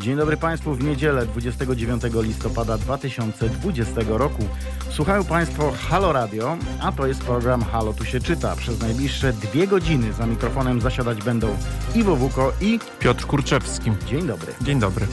Dzień dobry Państwu w niedzielę 29 listopada 2020 roku. Słuchają Państwo Halo Radio, a to jest program Halo Tu się czyta. Przez najbliższe 2 godziny za mikrofonem zasiadać będą Iwo Wuko i Piotr Kurczewski. Dzień dobry. Dzień dobry.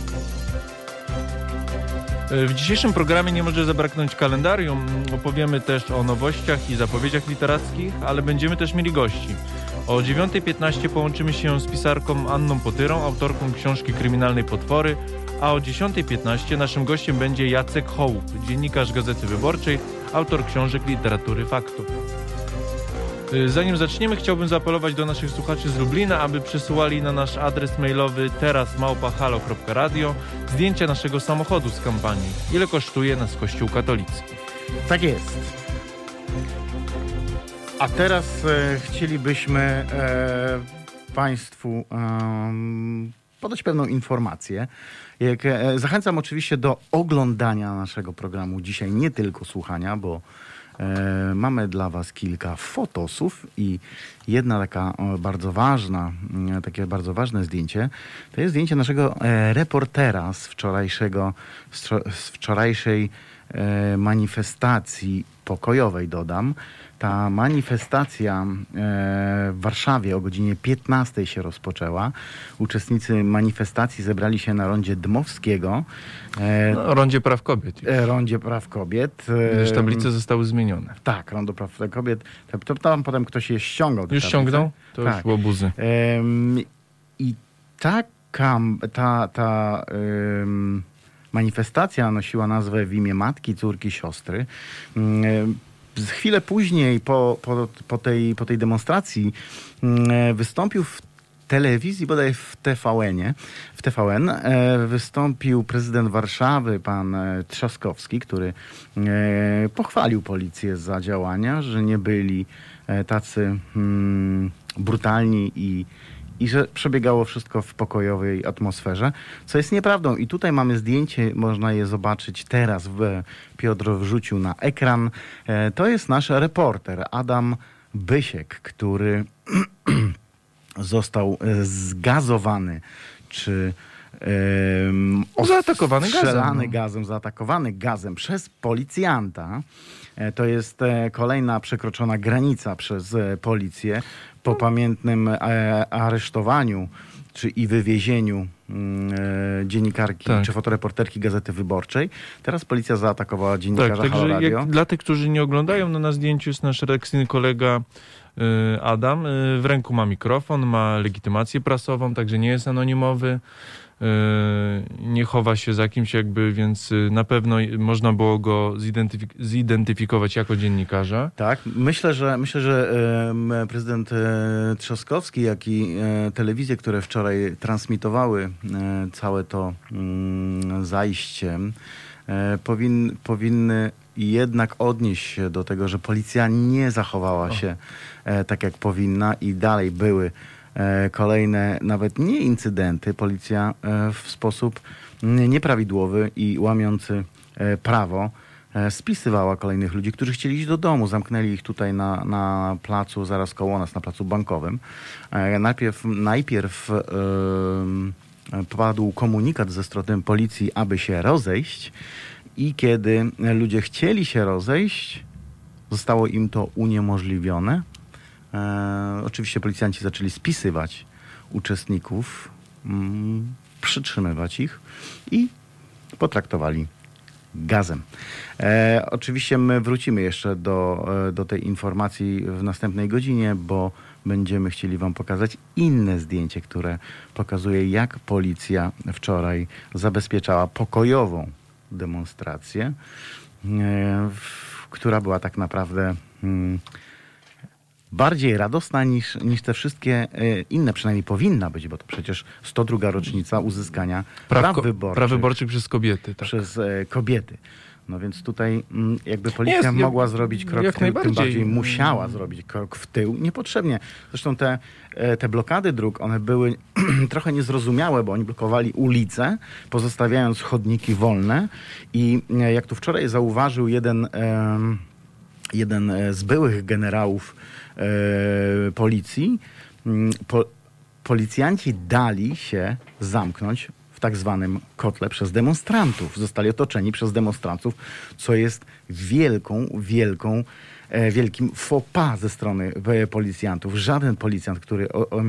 W dzisiejszym programie nie może zabraknąć kalendarium. Opowiemy też o nowościach i zapowiedziach literackich, ale będziemy też mieli gości. O 9:15 połączymy się z pisarką Anną Potyrą, autorką książki kryminalnej Potwory, a o 10:15 naszym gościem będzie Jacek Hołb, dziennikarz Gazety Wyborczej, autor książek literatury faktów. Zanim zaczniemy, chciałbym zaapelować do naszych słuchaczy z Lublina, aby przesyłali na nasz adres mailowy teraz@halo.radio zdjęcia naszego samochodu z kampanii. Ile kosztuje nas Kościół katolicki? Tak jest. A teraz chcielibyśmy Państwu podać pewną informację. Zachęcam oczywiście do oglądania naszego programu dzisiaj, nie tylko słuchania, bo mamy dla Was kilka fotosów i jedna taka takie bardzo ważne zdjęcie, to jest zdjęcie naszego reportera z wczorajszej manifestacji pokojowej, dodam. Ta manifestacja w Warszawie o godzinie 15 się rozpoczęła. Uczestnicy manifestacji zebrali się na rondzie Dmowskiego. Rondzie Praw Kobiet. Rondzie Praw Kobiet. Już tablice zostały zmienione. Tak, Rondo Praw Kobiet. To tam potem ktoś je ściągał. Już ściągnął? To tak. Już było buzy. I ta manifestacja nosiła nazwę W imię matki, córki, siostry. Chwilę później po tej demonstracji wystąpił w telewizji, bodaj w TVN wystąpił prezydent Warszawy, pan Trzaskowski, który pochwalił policję za działania, że nie byli tacy brutalni i że przebiegało wszystko w pokojowej atmosferze, co jest nieprawdą. I tutaj mamy zdjęcie, można je zobaczyć teraz. Piotr wrzucił na ekran. To jest nasz reporter Adam Bysiek, który został zgazowany, czy zaatakowany gazem przez policjanta. To jest kolejna przekroczona granica przez policję po pamiętnym aresztowaniu i wywiezieniu dziennikarki czy fotoreporterki Gazety Wyborczej. Teraz policja zaatakowała dziennikarza Halo Radio. Dla tych, którzy nie oglądają, na zdjęciu jest nasz redakcyjny kolega Adam. W ręku ma mikrofon, ma legitymację prasową, także nie jest anonimowy. Nie chowa się za kimś więc na pewno można było go zidentyfikować jako dziennikarza. Tak, myślę, że prezydent Trzaskowski, jak i telewizje, które wczoraj transmitowały całe to zajście, powinny jednak odnieść się do tego, że policja nie zachowała się tak, jak powinna i dalej były kolejne, nawet nie incydenty. Policja w sposób nieprawidłowy i łamiący prawo spisywała kolejnych ludzi, którzy chcieli iść do domu. Zamknęli ich tutaj na placu, zaraz koło nas, na placu bankowym. Najpierw padł komunikat ze strony policji, aby się rozejść, i kiedy ludzie chcieli się rozejść, zostało im to uniemożliwione. Oczywiście policjanci zaczęli spisywać uczestników, przytrzymywać ich i potraktowali gazem. Oczywiście my wrócimy jeszcze do tej informacji w następnej godzinie, bo będziemy chcieli Wam pokazać inne zdjęcie, które pokazuje, jak policja wczoraj zabezpieczała pokojową demonstrację, która była tak naprawdę bardziej radosna niż te wszystkie inne, przynajmniej powinna być, bo to przecież 102. rocznica uzyskania praw wyborczych przez kobiety. Tak. Przez kobiety. No więc tutaj jakby policja mogła zrobić krok w tył, tym bardziej musiała zrobić krok w tył, niepotrzebnie. Zresztą te blokady dróg, one były trochę niezrozumiałe, bo oni blokowali ulice, pozostawiając chodniki wolne i jak tu wczoraj zauważył jeden z byłych generałów policji, policjanci dali się zamknąć w tak zwanym kotle przez demonstrantów. Zostali otoczeni przez demonstrantów, co jest wielkim faux pas ze strony policjantów. Żaden policjant, który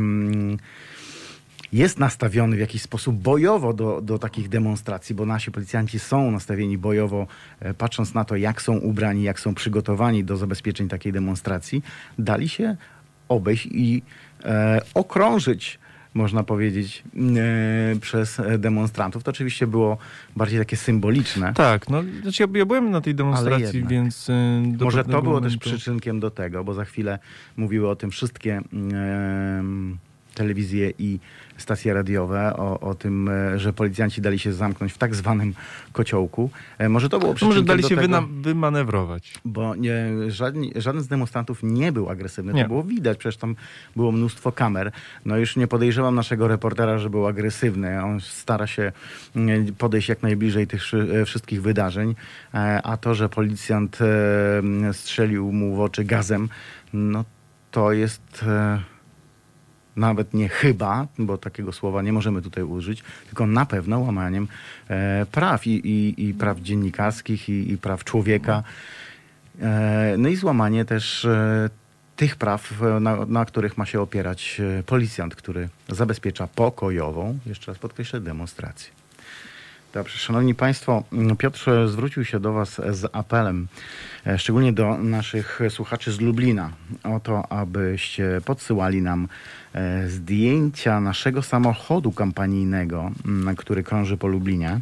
jest nastawiony w jakiś sposób bojowo do takich demonstracji, bo nasi policjanci są nastawieni bojowo, patrząc na to, jak są ubrani, jak są przygotowani do zabezpieczeń takiej demonstracji, dali się obejść i okrążyć, można powiedzieć, przez demonstrantów. To oczywiście było bardziej takie symboliczne. Tak, no znaczy ja byłem na tej demonstracji, więc... Może to było też przyczynkiem do tego, bo za chwilę mówiły o tym wszystkie telewizje i stacje radiowe, o tym, że policjanci dali się zamknąć w tak zwanym kociołku. Może to było przyczynkiem dali do się tego, wymanewrować. bo żaden z demonstrantów nie był agresywny. Nie. To było widać, przecież tam było mnóstwo kamer. No już nie podejrzewam naszego reportera, że był agresywny. On stara się podejść jak najbliżej tych wszystkich wydarzeń, a to, że policjant strzelił mu w oczy gazem, no to jest... nawet nie chyba, bo takiego słowa nie możemy tutaj użyć, tylko na pewno łamaniem praw i praw dziennikarskich i praw człowieka. No i złamanie też tych praw, na których ma się opierać policjant, który zabezpiecza pokojową, jeszcze raz podkreślę, demonstrację. Dobrze, szanowni państwo, Piotr zwrócił się do was z apelem, szczególnie do naszych słuchaczy z Lublina, o to, abyście podsyłali nam zdjęcia naszego samochodu kampanijnego, który krąży po Lublinie.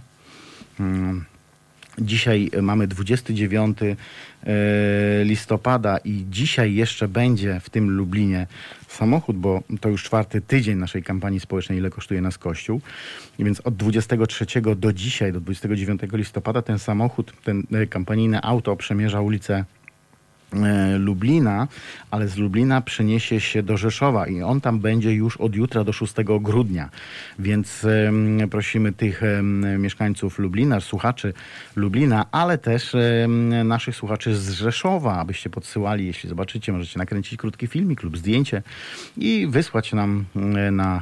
Dzisiaj mamy 29 listopada i dzisiaj jeszcze będzie w tym Lublinie samochód, bo to już 4. tydzień naszej kampanii społecznej, ile kosztuje nas Kościół. I więc od 23 do dzisiaj, do 29 listopada ten samochód, ten kampanijne auto przemierza ulicę Lublina, ale z Lublina przeniesie się do Rzeszowa i on tam będzie już od jutra do 6 grudnia. Więc prosimy tych mieszkańców Lublina, słuchaczy Lublina, ale też naszych słuchaczy z Rzeszowa, abyście podsyłali, jeśli zobaczycie, możecie nakręcić krótki filmik lub zdjęcie i wysłać nam na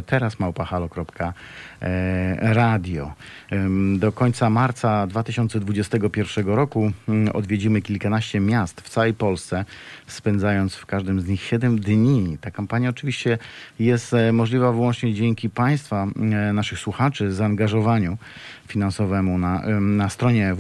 teraz@halo.radio. Do końca marca 2021 roku odwiedzimy kilkanaście miast w całej Polsce, spędzając w każdym z nich 7 dni. Ta kampania oczywiście jest możliwa wyłącznie dzięki Państwa, naszych słuchaczy, zaangażowaniu finansowemu na stronie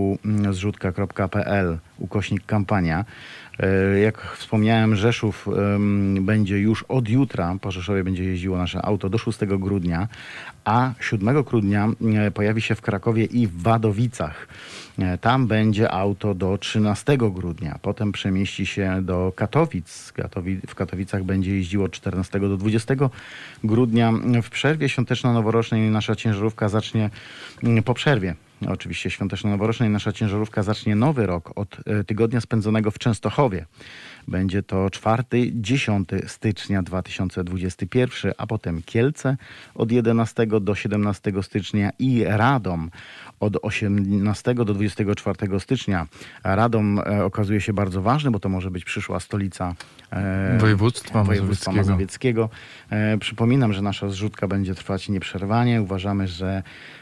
www.zrzutka.pl/kampania. Jak wspomniałem, Rzeszów będzie już od jutra, po Rzeszowie będzie jeździło nasze auto do 6 grudnia, a 7 grudnia pojawi się w Krakowie i w Wadowicach. Tam będzie auto do 13 grudnia. Potem przemieści się do Katowic. W Katowicach będzie jeździło od 14 do 20 grudnia. W przerwie świąteczno-noworocznej nasza ciężarówka zacznie, po przerwie oczywiście świąteczno-noworocznej, nasza ciężarówka zacznie nowy rok od tygodnia spędzonego w Częstochowie. Będzie to 4-10 stycznia 2021, a potem Kielce od 11 do 17 stycznia i Radom od 18 do 24 stycznia. Radom okazuje się bardzo ważny, bo to może być przyszła stolica województwa mazowieckiego. Przypominam, że nasza zrzutka będzie trwać nieprzerwanie. Uważamy, że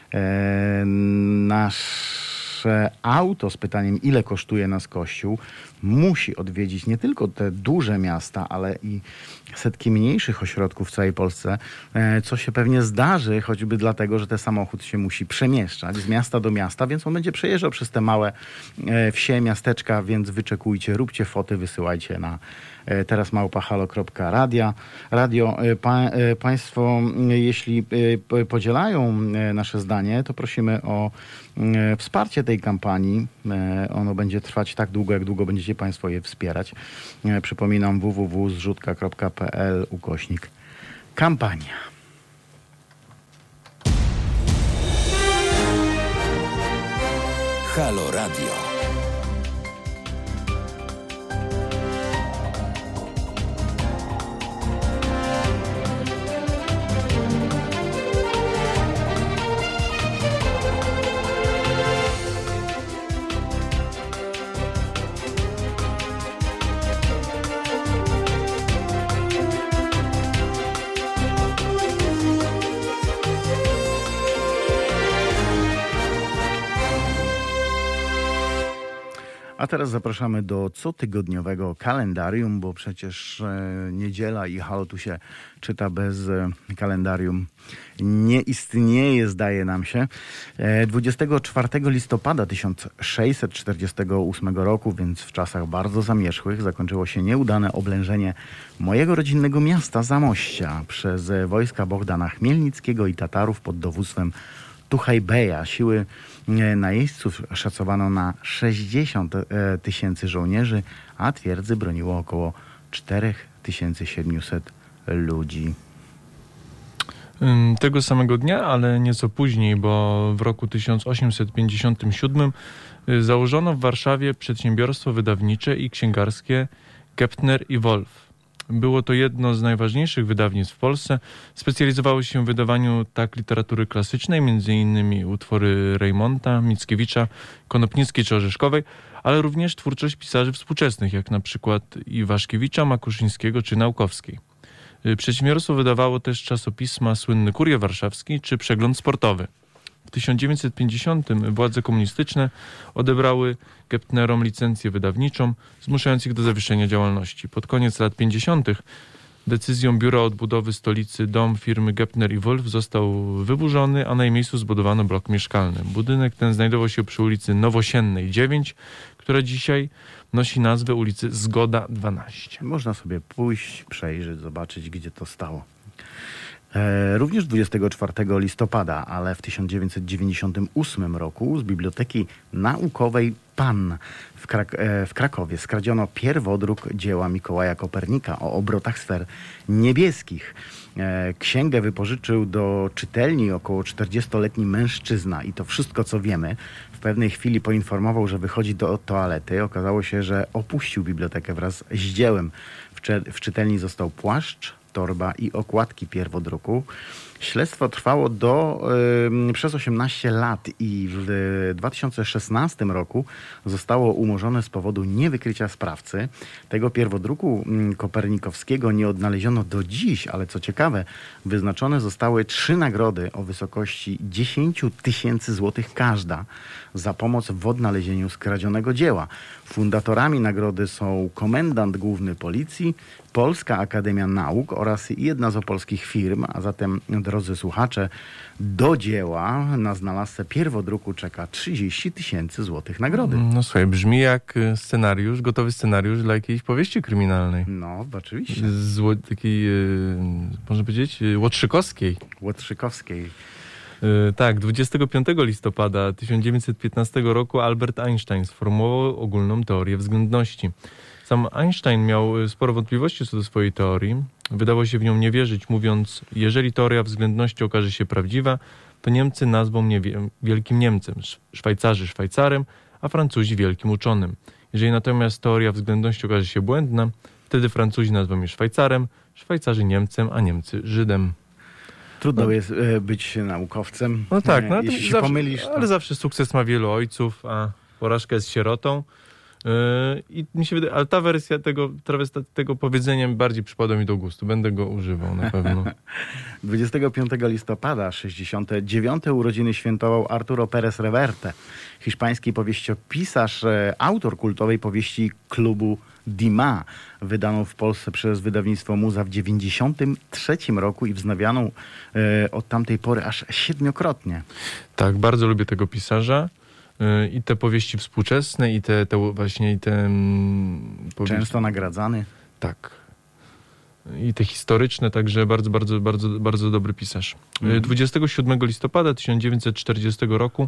nasze auto z pytaniem, ile kosztuje nas Kościół, musi odwiedzić nie tylko te duże miasta, ale i setki mniejszych ośrodków w całej Polsce, co się pewnie zdarzy, choćby dlatego, że ten samochód się musi przemieszczać z miasta do miasta, więc on będzie przejeżdżał przez te małe wsie, miasteczka, więc wyczekujcie, róbcie foty, wysyłajcie na teraz@halo.radio. Państwo, jeśli podzielają nasze zdanie, to prosimy o wsparcie tej kampanii. Ono będzie trwać tak długo, jak długo będziecie Państwo je wspierać. Przypominam www.zrzutka.pl/kampania. Halo Radio. A teraz zapraszamy do cotygodniowego kalendarium, bo przecież niedziela i halo tu się czyta bez kalendarium. Nie istnieje, zdaje nam się. 24 listopada 1648 roku, więc w czasach bardzo zamierzchłych, zakończyło się nieudane oblężenie mojego rodzinnego miasta Zamościa przez wojska Bohdana Chmielnickiego i Tatarów pod dowództwem Tuchajbeja. Siły najeźdźców szacowano na 60 tysięcy żołnierzy, a twierdzy broniło około 4700 ludzi. Tego samego dnia, ale nieco później, bo w roku 1857 założono w Warszawie przedsiębiorstwo wydawnicze i księgarskie Gepner i Wolf. Było to jedno z najważniejszych wydawnictw w Polsce. Specjalizowało się w wydawaniu tak literatury klasycznej, m.in. utwory Rejmonta, Mickiewicza, Konopnickiej czy Orzeszkowej, ale również twórczość pisarzy współczesnych, jak na przykład Iwaszkiewicza, Makuszyńskiego czy Naukowskiej. Przedsiębiorstwo wydawało też czasopisma Słynny Kurier Warszawski czy Przegląd Sportowy. W 1950 władze komunistyczne odebrały Gepnerom licencję wydawniczą, zmuszając ich do zawieszenia działalności. Pod koniec lat 50. decyzją Biura Odbudowy Stolicy dom firmy Gepner i Wolf został wyburzony, a na jej miejscu zbudowano blok mieszkalny. Budynek ten znajdował się przy ulicy Nowosiennej 9, która dzisiaj nosi nazwę ulicy Zgoda 12. Można sobie pójść, przejrzeć, zobaczyć, gdzie to stało. Również 24 listopada, ale w 1998 roku z Biblioteki Naukowej PAN w Krakowie skradziono pierwodruk dzieła Mikołaja Kopernika o obrotach sfer niebieskich. Księgę wypożyczył do czytelni około 40-letni mężczyzna i to wszystko, co wiemy. W pewnej chwili poinformował, że wychodzi do toalety. Okazało się, że opuścił bibliotekę wraz z dziełem. W czytelni został płaszcz, torba i okładki pierwodruku. Śledztwo trwało przez 18 lat i w 2016 roku zostało umorzone z powodu niewykrycia sprawcy. Tego pierwodruku kopernikowskiego nie odnaleziono do dziś, ale co ciekawe, wyznaczone zostały 3 nagrody o wysokości 10 tysięcy złotych każda za pomoc w odnalezieniu skradzionego dzieła. Fundatorami nagrody są Komendant Główny Policji, Polska Akademia Nauk oraz jedna z opolskich firm, a zatem, drodzy słuchacze, do dzieła na znalazcę pierwodruku czeka 30 tysięcy złotych nagrody. No słuchaj, brzmi jak scenariusz, gotowy scenariusz dla jakiejś powieści kryminalnej. No, oczywiście. Takiej, można powiedzieć, łotrzykowskiej. Łotrzykowskiej. Tak, 25 listopada 1915 roku Albert Einstein sformułował ogólną teorię względności. Sam Einstein miał sporo wątpliwości co do swojej teorii. Wydawał się w nią nie wierzyć, mówiąc, jeżeli teoria względności okaże się prawdziwa, to Niemcy nazwą mnie Wielkim Niemcem, Szwajcarzy Szwajcarem, a Francuzi Wielkim Uczonym. Jeżeli natomiast teoria względności okaże się błędna, wtedy Francuzi nazwą mnie Szwajcarem, Szwajcarzy Niemcem, a Niemcy Żydem. Trudno jest być naukowcem. No tak, no, jeśli się zawsze, pomylisz. To... Ale zawsze sukces ma wielu ojców, a porażka jest sierotą. I mi się wydaje, ale ta wersja tego powiedzenia bardziej przypadła mi do gustu. Będę go używał na pewno. 25 listopada 69. urodziny świętował Arturo Pérez Reverte, hiszpański powieściopisarz, autor kultowej powieści Klubu Dima, wydaną w Polsce przez wydawnictwo Muza w 93 roku i wznawianą od tamtej pory aż 7-krotnie. Tak, bardzo lubię tego pisarza. I te powieści współczesne, i te powieści... Często nagradzany. Tak. I te historyczne, także bardzo, bardzo, bardzo, bardzo dobry pisarz. 27 listopada 1940 roku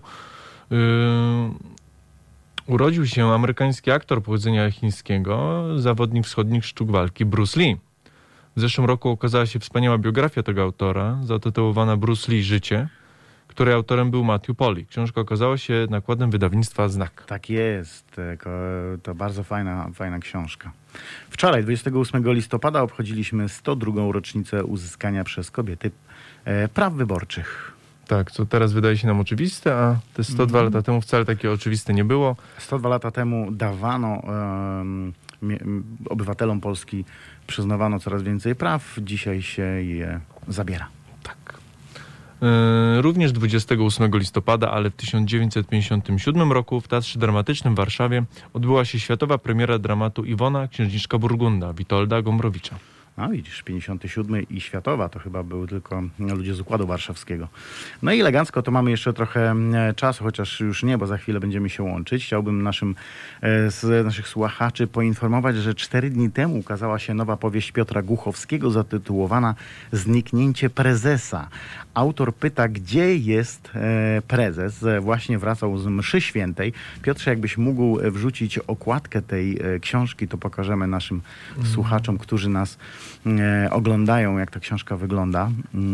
urodził się amerykański aktor pochodzenia chińskiego, zawodnik wschodnich sztuk walki Bruce Lee. W zeszłym roku okazała się wspaniała biografia tego autora, zatytułowana Bruce Lee Życie, której autorem był Matthew Polly. Książka okazała się nakładem wydawnictwa Znak. Tak jest. To bardzo fajna książka. Wczoraj, 28 listopada, obchodziliśmy 102. rocznicę uzyskania przez kobiety praw wyborczych. Tak, co teraz wydaje się nam oczywiste, a te 102 lata temu wcale takie oczywiste nie było. 102 lata temu dawano obywatelom Polski, przyznawano coraz więcej praw. Dzisiaj się je zabiera. Tak. Również 28 listopada, ale w 1957 roku w Teatrze Dramatycznym w Warszawie odbyła się światowa premiera dramatu Iwona, księżniczka Burgunda Witolda Gombrowicza. No widzisz, 57 i światowa to chyba były tylko ludzie z Układu Warszawskiego. No i elegancko to mamy jeszcze trochę czasu, chociaż już nie, bo za chwilę będziemy się łączyć. Chciałbym naszych słuchaczy poinformować, że 4 dni temu ukazała się nowa powieść Piotra Głuchowskiego zatytułowana Zniknięcie prezesa. Autor pyta, gdzie jest prezes. Właśnie wracał z mszy świętej. Piotrze, jakbyś mógł wrzucić okładkę tej książki, to pokażemy naszym słuchaczom, którzy nas oglądają, jak ta książka wygląda.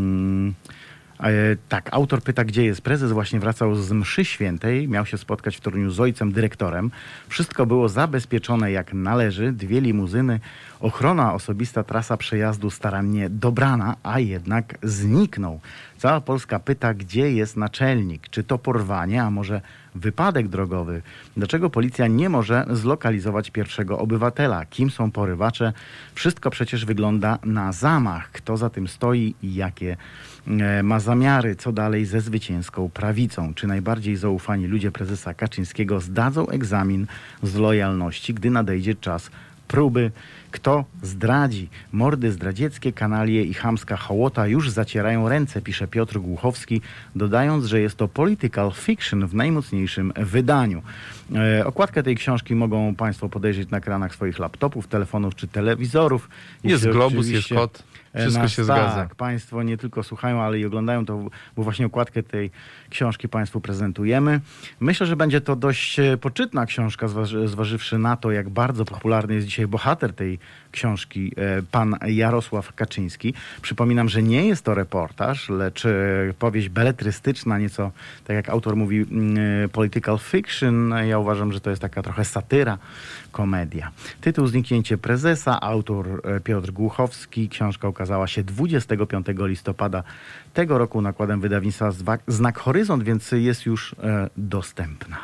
Tak, autor pyta, gdzie jest prezes. Właśnie wracał z mszy świętej. Miał się spotkać w Toruniu z ojcem dyrektorem. Wszystko było zabezpieczone jak należy. 2 limuzyny, ochrona osobista, trasa przejazdu starannie dobrana, a jednak zniknął. Cała Polska pyta, gdzie jest naczelnik. Czy to porwanie, a może wypadek drogowy? Dlaczego policja nie może zlokalizować pierwszego obywatela? Kim są porywacze? Wszystko przecież wygląda na zamach. Kto za tym stoi i jakie ma zamiary? Co dalej ze zwycięską prawicą? Czy najbardziej zaufani ludzie prezesa Kaczyńskiego zdadzą egzamin z lojalności, gdy nadejdzie czas próby? Kto zdradzi? Mordy zdradzieckie, kanalie i chamska hołota już zacierają ręce, pisze Piotr Głuchowski, dodając, że jest to political fiction w najmocniejszym wydaniu. Okładkę tej książki mogą Państwo podejrzeć na ekranach swoich laptopów, telefonów czy telewizorów. Jest globus, jest kot. Wszystko się zgadza. Tak, Państwo nie tylko słuchają, ale i oglądają to, bo właśnie okładkę tej książki Państwu prezentujemy. Myślę, że będzie to dość poczytna książka, zważywszy na to, jak bardzo popularny jest dzisiaj bohater tej książki, pan Jarosław Kaczyński. Przypominam, że nie jest to reportaż, lecz powieść beletrystyczna, nieco, tak jak autor mówi, political fiction. Ja uważam, że to jest taka trochę satyra, komedia. Tytuł Zniknięcie prezesa, autor Piotr Głuchowski. Książka ukazała się 25 listopada tego roku nakładem wydawnictwa Znak Horyzont, więc jest już dostępna.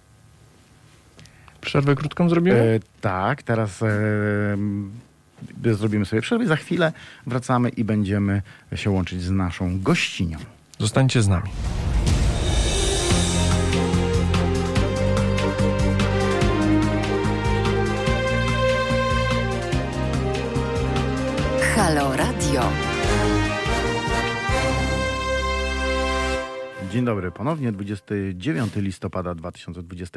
Przerwę krótką zrobimy? Tak, teraz zrobimy sobie przerwę. Za chwilę wracamy i będziemy się łączyć z naszą gościnią. Zostańcie z nami. Halo Radio. Dzień dobry ponownie, 29 listopada 2020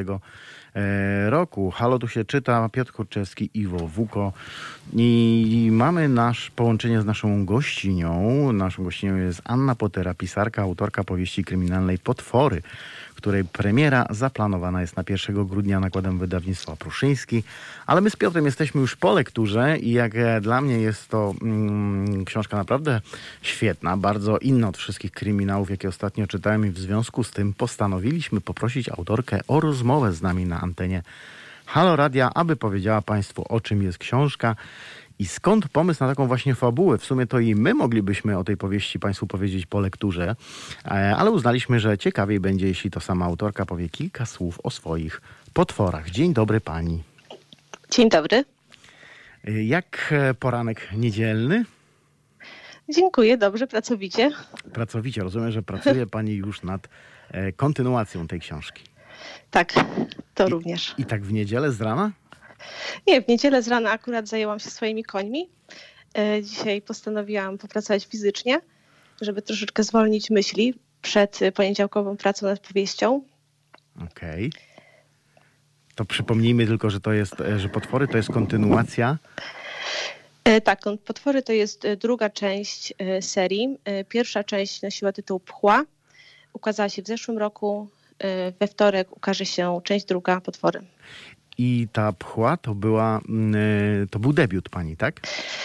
roku. Halo, tu się czyta, Piotr Kurczewski, Iwo Wuko i mamy połączenie z naszą gościnią. Naszą gościnią jest Anna Potera, pisarka, autorka powieści kryminalnej Potwory, której premiera zaplanowana jest na 1 grudnia nakładem wydawnictwa Pruszyński. Ale my z Piotrem jesteśmy już po lekturze i jak dla mnie jest to książka naprawdę świetna, bardzo inna od wszystkich kryminałów, jakie ostatnio czytałem i w związku z tym postanowiliśmy poprosić autorkę o rozmowę z nami na antenie Halo Radia, aby powiedziała Państwu, o czym jest książka i skąd pomysł na taką właśnie fabułę. W sumie to i my moglibyśmy o tej powieści Państwu powiedzieć po lekturze, ale uznaliśmy, że ciekawiej będzie, jeśli to sama autorka powie kilka słów o swoich potworach. Dzień dobry Pani. Dzień dobry. Jak poranek niedzielny? Dziękuję, dobrze, pracowicie. Pracowicie. Rozumiem, że pracuje Pani już nad kontynuacją tej książki. Tak, to również. I tak w niedzielę z rana? Nie, w niedzielę z rana akurat zajęłam się swoimi końmi. Dzisiaj postanowiłam popracować fizycznie, żeby troszeczkę zwolnić myśli przed poniedziałkową pracą nad powieścią. Okej. To przypomnijmy tylko, że Potwory to jest kontynuacja. Tak, Potwory to jest druga część serii. Pierwsza część nosiła tytuł Pchła. Ukazała się w zeszłym roku. We wtorek ukaże się część druga, Potwory. I ta Pchła to był debiut Pani, tak?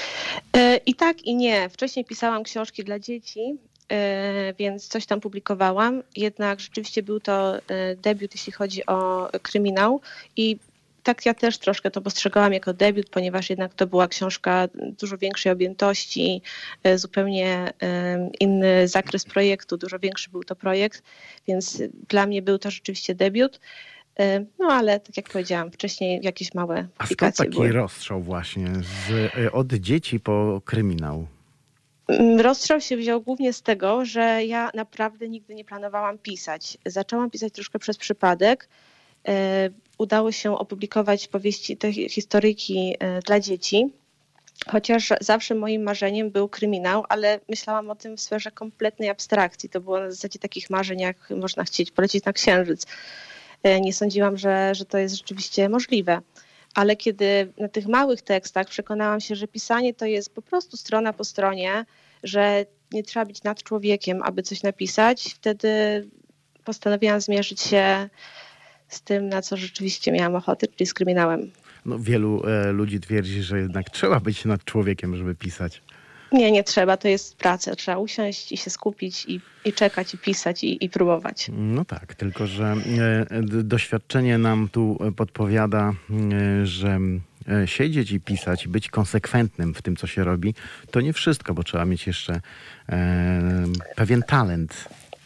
I tak, i nie. Wcześniej pisałam książki dla dzieci, więc coś tam publikowałam. Jednak rzeczywiście był to debiut, jeśli chodzi o kryminał. I tak ja też troszkę to postrzegałam jako debiut, ponieważ jednak to była książka dużo większej objętości, zupełnie inny zakres projektu, dużo większy był to projekt, więc dla mnie był to rzeczywiście debiut. No ale tak jak powiedziałam, wcześniej jakieś małe publikacje były. A skąd taki rozstrzał właśnie od dzieci po kryminał? Rozstrzał się wziął głównie z tego, że ja naprawdę nigdy nie planowałam pisać. Zaczęłam pisać troszkę przez przypadek. Udało się opublikować powieści, te historyjki dla dzieci, chociaż zawsze moim marzeniem był kryminał, ale myślałam o tym w sferze kompletnej abstrakcji. To było na zasadzie takich marzeń, jak można chcieć polecieć na Księżyc. Nie sądziłam, że to jest rzeczywiście możliwe. Ale kiedy na tych małych tekstach przekonałam się, że pisanie to jest po prostu strona po stronie, że nie trzeba być nad człowiekiem, aby coś napisać, wtedy postanowiłam zmierzyć się z tym, na co rzeczywiście miałam ochotę, czyli z kryminałem. No, wielu ludzi twierdzi, że jednak trzeba być nad człowiekiem, żeby pisać. Nie trzeba, to jest praca. Trzeba usiąść i się skupić i czekać, i pisać, i próbować. No tak, tylko że doświadczenie nam tu podpowiada, że siedzieć i pisać, być konsekwentnym w tym, co się robi, to nie wszystko, bo trzeba mieć jeszcze pewien talent.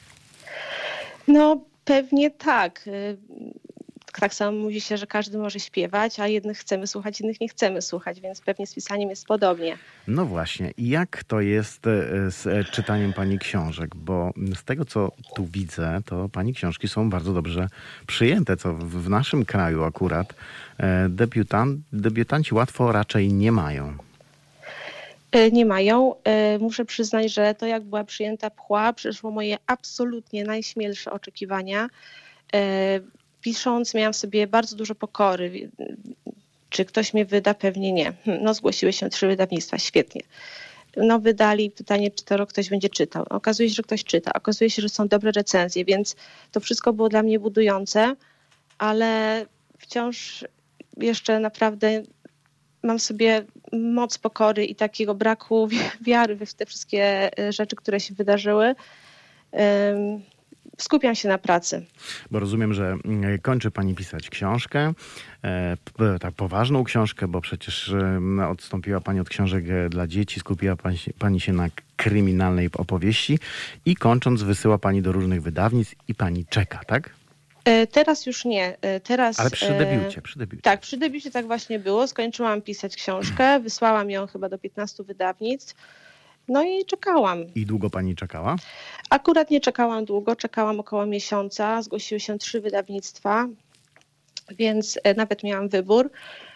No pewnie tak. Tak samo mówi się, że każdy może śpiewać, a jednych chcemy słuchać, innych nie chcemy słuchać, więc pewnie z pisaniem jest podobnie. No właśnie. I jak to jest z czytaniem pani książek? Bo z tego, co tu widzę, to pani książki są bardzo dobrze przyjęte, co w naszym kraju akurat debiutanci łatwo raczej nie mają. Nie mają. Muszę przyznać, że to, jak była przyjęta Pchła, przeszło moje absolutnie najśmielsze oczekiwania. Pisząc, miałam w sobie bardzo dużo pokory. Czy ktoś mnie wyda? Pewnie nie. No, zgłosiły się 3 wydawnictwa. Świetnie. No, wydali. Pytanie, czy to ktoś będzie czytał. Okazuje się, że ktoś czyta. Okazuje się, że są dobre recenzje, więc to wszystko było dla mnie budujące, ale wciąż jeszcze naprawdę mam sobie moc pokory i takiego braku wiary w te wszystkie rzeczy, które się wydarzyły. Skupiam się na pracy. Bo rozumiem, że kończy pani pisać książkę, tak poważną książkę, bo przecież odstąpiła pani od książek dla dzieci, skupiła pani się na kryminalnej opowieści i kończąc wysyła pani do różnych wydawnictw i pani czeka, tak? Teraz już nie. Teraz, ale przy debiucie. Tak, przy debiucie tak właśnie było. Skończyłam pisać książkę, wysłałam ją chyba do 15 wydawnictw. No i czekałam. I długo pani czekała? Akurat nie czekałam długo, czekałam około miesiąca. Zgłosiły się 3 wydawnictwa, więc nawet miałam wybór.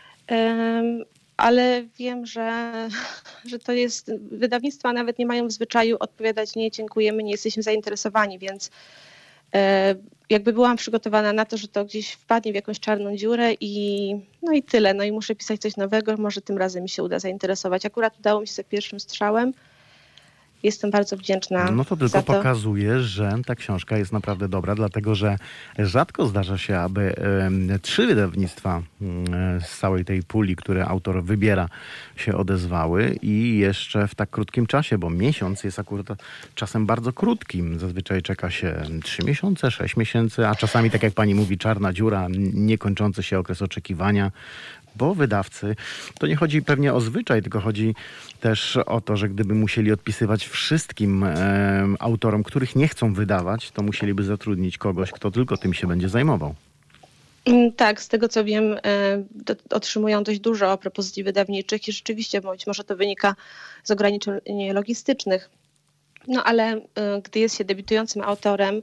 Ale wiem, że to jest... Wydawnictwa nawet nie mają w zwyczaju odpowiadać nie, dziękujemy, nie jesteśmy zainteresowani, więc jakby byłam przygotowana na to, że to gdzieś wpadnie w jakąś czarną dziurę i tyle. No i muszę pisać coś nowego, może tym razem mi się uda zainteresować. Akurat udało mi się za pierwszym strzałem. Jestem bardzo wdzięczna. No to tylko za to. pokazuje, że ta książka jest naprawdę dobra, dlatego że rzadko zdarza się, aby 3 wydawnictwa z całej tej puli, które autor wybiera, się odezwały i jeszcze w tak krótkim czasie, bo miesiąc jest akurat czasem bardzo krótkim. Zazwyczaj czeka się 3 miesiące, 6 miesięcy, a czasami, tak jak pani mówi, czarna dziura, niekończący się okres oczekiwania. Bo wydawcy, to nie chodzi pewnie o zwyczaj, tylko chodzi też o to, że gdyby musieli odpisywać wszystkim autorom, których nie chcą wydawać, to musieliby zatrudnić kogoś, kto tylko tym się będzie zajmował. Tak, z tego co wiem, otrzymują dość dużo propozycji wydawniczych i rzeczywiście być może to wynika z ograniczeń logistycznych. No ale gdy jest się debiutującym autorem,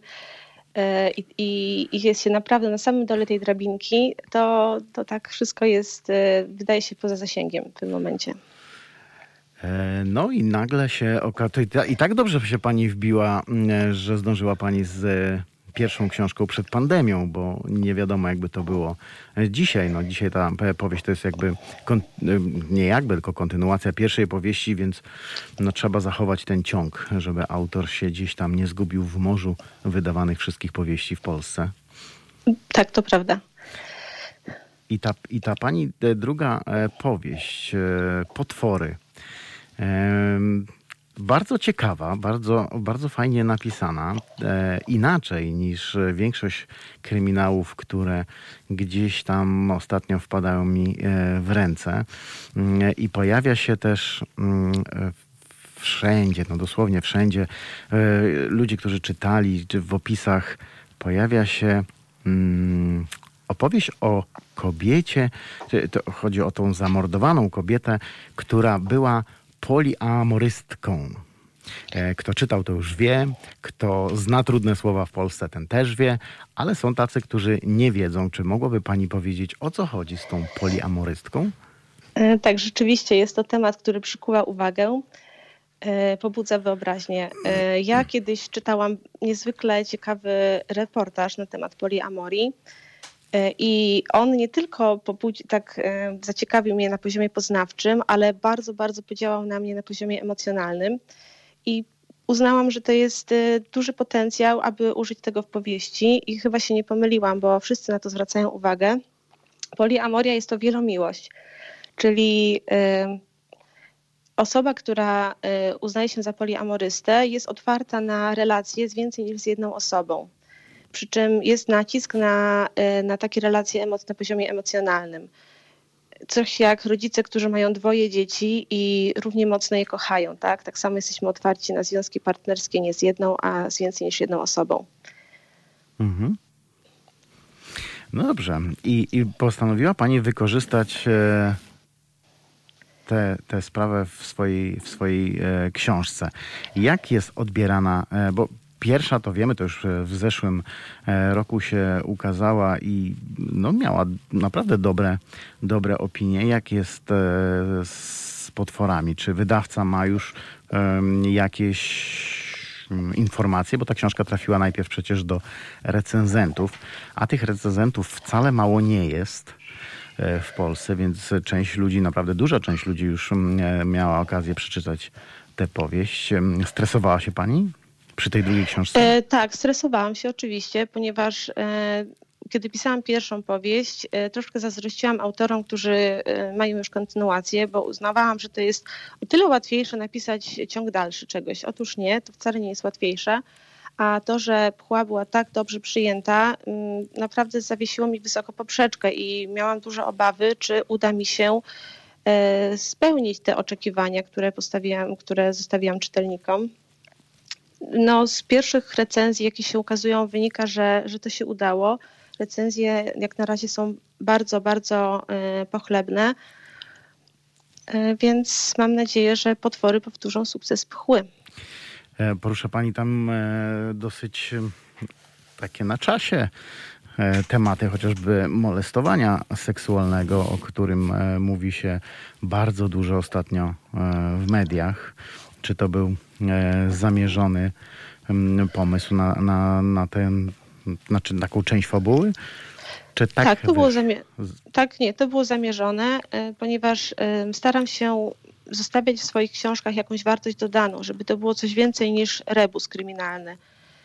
i jest się naprawdę na samym dole tej drabinki, to tak wszystko jest, wydaje się poza zasięgiem w tym momencie. No i nagle się i tak dobrze się pani wbiła, że zdążyła pani z pierwszą książką przed pandemią, bo nie wiadomo jakby to było dzisiaj. No dzisiaj ta powieść to jest tylko kontynuacja pierwszej powieści, więc no, trzeba zachować ten ciąg, żeby autor się gdzieś tam nie zgubił w morzu wydawanych wszystkich powieści w Polsce. Tak, to prawda. I ta pani druga powieść, Potwory, bardzo ciekawa, bardzo fajnie napisana, inaczej niż większość kryminałów, które gdzieś tam ostatnio wpadają mi w ręce. I pojawia się też wszędzie, no dosłownie wszędzie, ludzie, którzy czytali, czy w opisach pojawia się opowieść o kobiecie, to chodzi o tą zamordowaną kobietę, która była poliamorystką. Kto czytał, to już wie. Kto zna trudne słowa w Polsce, ten też wie. Ale są tacy, którzy nie wiedzą. Czy mogłaby pani powiedzieć, o co chodzi z tą poliamorystką? Tak, rzeczywiście jest to temat, który przykuwa uwagę, pobudza wyobraźnię. Ja kiedyś czytałam niezwykle ciekawy reportaż na temat poliamorii i on nie tylko zaciekawił mnie na poziomie poznawczym, ale bardzo, bardzo podziałał na mnie na poziomie emocjonalnym i uznałam, że to jest duży potencjał, aby użyć tego w powieści i chyba się nie pomyliłam, bo wszyscy na to zwracają uwagę. Poliamoria jest to wielomiłość, czyli osoba, która uznaje się za poliamorystę, jest otwarta na relacje z więcej niż z jedną osobą. Przy czym jest nacisk na takie relacje na poziomie emocjonalnym. Coś jak rodzice, którzy mają 2 dzieci i równie mocno je kochają. Tak samo jesteśmy otwarci na związki partnerskie nie z jedną, a z więcej niż jedną osobą. Mhm. No dobrze. I postanowiła pani wykorzystać tę sprawę w swojej książce. Jak jest odbierana, bo pierwsza, to wiemy, to już w zeszłym roku się ukazała i no, miała naprawdę dobre opinie. Jak jest z potworami? Czy wydawca ma już jakieś informacje? Bo ta książka trafiła najpierw przecież do recenzentów, a tych recenzentów wcale mało nie jest w Polsce, więc część ludzi, naprawdę duża część ludzi już miała okazję przeczytać tę powieść. Stresowała się pani przy tej drugiej książce? Tak, stresowałam się oczywiście, ponieważ kiedy pisałam pierwszą powieść, troszkę zazdrościłam autorom, którzy mają już kontynuację, bo uznawałam, że to jest o tyle łatwiejsze napisać ciąg dalszy czegoś. Otóż nie, to wcale nie jest łatwiejsze. A to, że Pchła była tak dobrze przyjęta, naprawdę zawiesiło mi wysoko poprzeczkę i miałam duże obawy, czy uda mi się spełnić te oczekiwania, które zostawiłam czytelnikom. No, z pierwszych recenzji, jakie się ukazują, wynika, że to się udało. Recenzje jak na razie są bardzo, bardzo pochlebne, więc mam nadzieję, że potwory powtórzą sukces Pchły. Porusza pani tam dosyć takie na czasie tematy, chociażby molestowania seksualnego, o którym mówi się bardzo dużo ostatnio w mediach. Czy to był zamierzony pomysł na taką część fabuły? Czy tak, to było zamierzone, ponieważ staram się zostawiać w swoich książkach jakąś wartość dodaną, żeby to było coś więcej niż rebus kryminalny.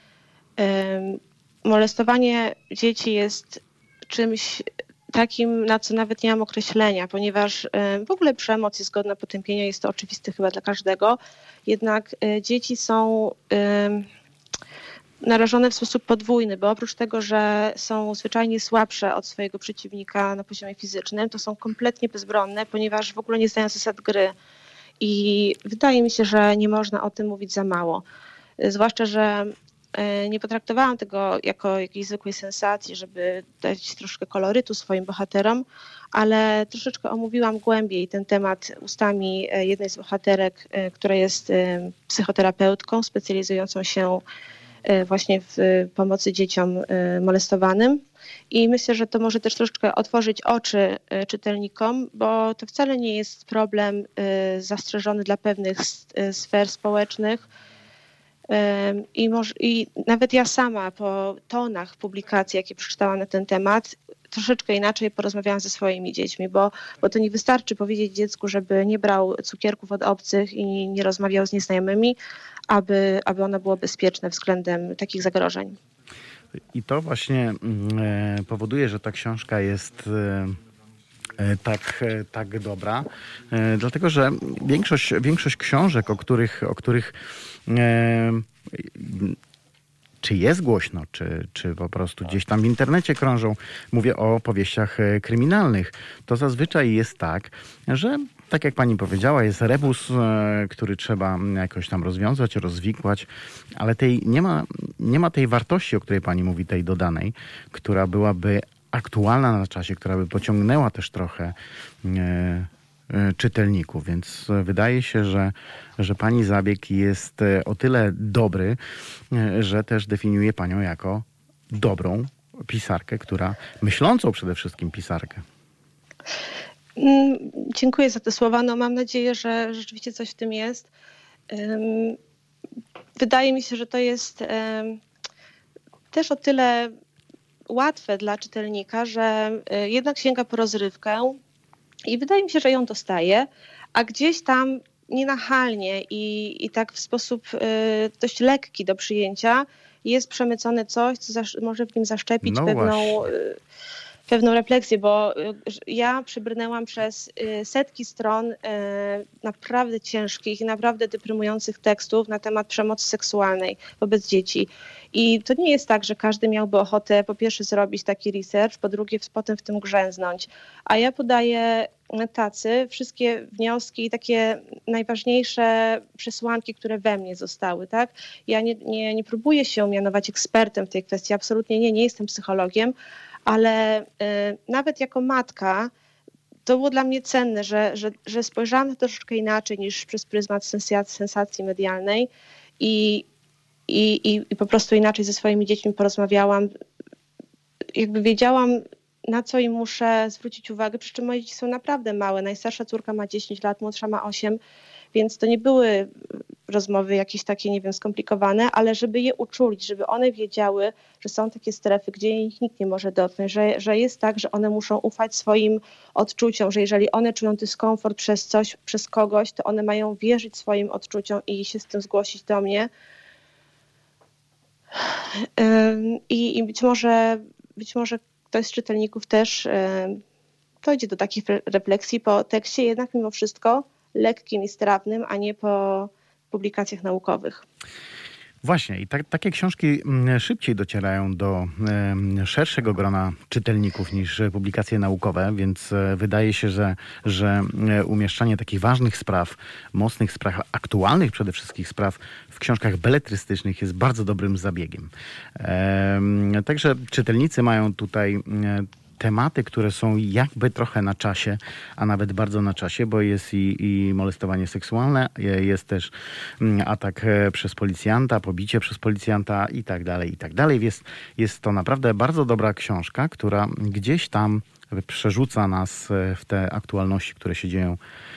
Molestowanie dzieci jest czymś takim, na co nawet nie mam określenia, ponieważ w ogóle przemoc jest godna potępienia, jest to oczywiste chyba dla każdego, jednak dzieci są narażone w sposób podwójny, bo oprócz tego, że są zwyczajnie słabsze od swojego przeciwnika na poziomie fizycznym, to są kompletnie bezbronne, ponieważ w ogóle nie znają zasad gry. I wydaje mi się, że nie można o tym mówić za mało. Zwłaszcza, że nie potraktowałam tego jako jakiejś zwykłej sensacji, żeby dać troszkę kolorytu swoim bohaterom, ale troszeczkę omówiłam głębiej ten temat ustami jednej z bohaterek, która jest psychoterapeutką specjalizującą się właśnie w pomocy dzieciom molestowanym. I myślę, że to może też troszeczkę otworzyć oczy czytelnikom, bo to wcale nie jest problem zastrzeżony dla pewnych sfer społecznych. I nawet ja sama po tonach publikacji, jakie przeczytałam na ten temat, troszeczkę inaczej porozmawiałam ze swoimi dziećmi, bo to nie wystarczy powiedzieć dziecku, żeby nie brał cukierków od obcych i nie rozmawiał z nieznajomymi, aby ono było bezpieczne względem takich zagrożeń. I to właśnie powoduje, że ta książka jest tak dobra, dlatego że większość książek, o których czy jest głośno, czy po prostu gdzieś tam w internecie krążą, mówię o powieściach kryminalnych, to zazwyczaj jest tak, że tak jak pani powiedziała, jest rebus, który trzeba jakoś tam rozwiązać, rozwikłać, ale nie ma tej wartości, o której pani mówi, tej dodanej, która byłaby aktualna na czasie, która by pociągnęła też trochę czytelników, więc wydaje się, że pani zabieg jest o tyle dobry, że też definiuje panią jako dobrą pisarkę, myślącą przede wszystkim pisarkę. Dziękuję za te słowa. No, mam nadzieję, że rzeczywiście coś w tym jest. Wydaje mi się, że to jest też o tyle łatwe dla czytelnika, że jednak sięga po rozrywkę i wydaje mi się, że ją dostaje, a gdzieś tam nienachalnie i tak w sposób dość lekki do przyjęcia jest przemycone coś, co może w nim zaszczepić pewną refleksję, bo ja przebrnęłam przez setki stron naprawdę ciężkich i naprawdę deprymujących tekstów na temat przemocy seksualnej wobec dzieci. I to nie jest tak, że każdy miałby ochotę po pierwsze zrobić taki research, po drugie potem w tym grzęznąć. A ja podaję wszystkie wnioski i takie najważniejsze przesłanki, które we mnie zostały. Tak? Ja nie próbuję się mianować ekspertem w tej kwestii, absolutnie nie jestem psychologiem, ale nawet jako matka to było dla mnie cenne, że spojrzałam na to troszeczkę inaczej niż przez pryzmat sensacji medialnej i po prostu inaczej ze swoimi dziećmi porozmawiałam. Jakby wiedziałam, na co im muszę zwrócić uwagę, przy czym moje dzieci są naprawdę małe. Najstarsza córka ma 10 lat, młodsza ma 8, więc to nie były rozmowy jakieś takie, nie wiem, skomplikowane, ale żeby je uczulić, żeby one wiedziały, że są takie strefy, gdzie ich nikt nie może dotknąć, że jest tak, że one muszą ufać swoim odczuciom, że jeżeli one czują dyskomfort przez coś, przez kogoś, to one mają wierzyć swoim odczuciom i się z tym zgłosić do mnie. I być może ktoś z czytelników też dojdzie do takich refleksji po tekście, jednak mimo wszystko lekkim i strawnym, a nie po publikacjach naukowych. Właśnie i takie książki szybciej docierają do szerszego grona czytelników niż publikacje naukowe, więc wydaje się, że umieszczanie takich ważnych spraw, mocnych spraw, aktualnych przede wszystkim spraw w książkach beletrystycznych jest bardzo dobrym zabiegiem. Także czytelnicy mają tutaj tematy, które są jakby trochę na czasie, a nawet bardzo na czasie, bo jest i molestowanie seksualne, jest też atak przez policjanta, pobicie przez policjanta i tak dalej. Jest to naprawdę bardzo dobra książka, która gdzieś tam przerzuca nas w te aktualności, które się dzieją,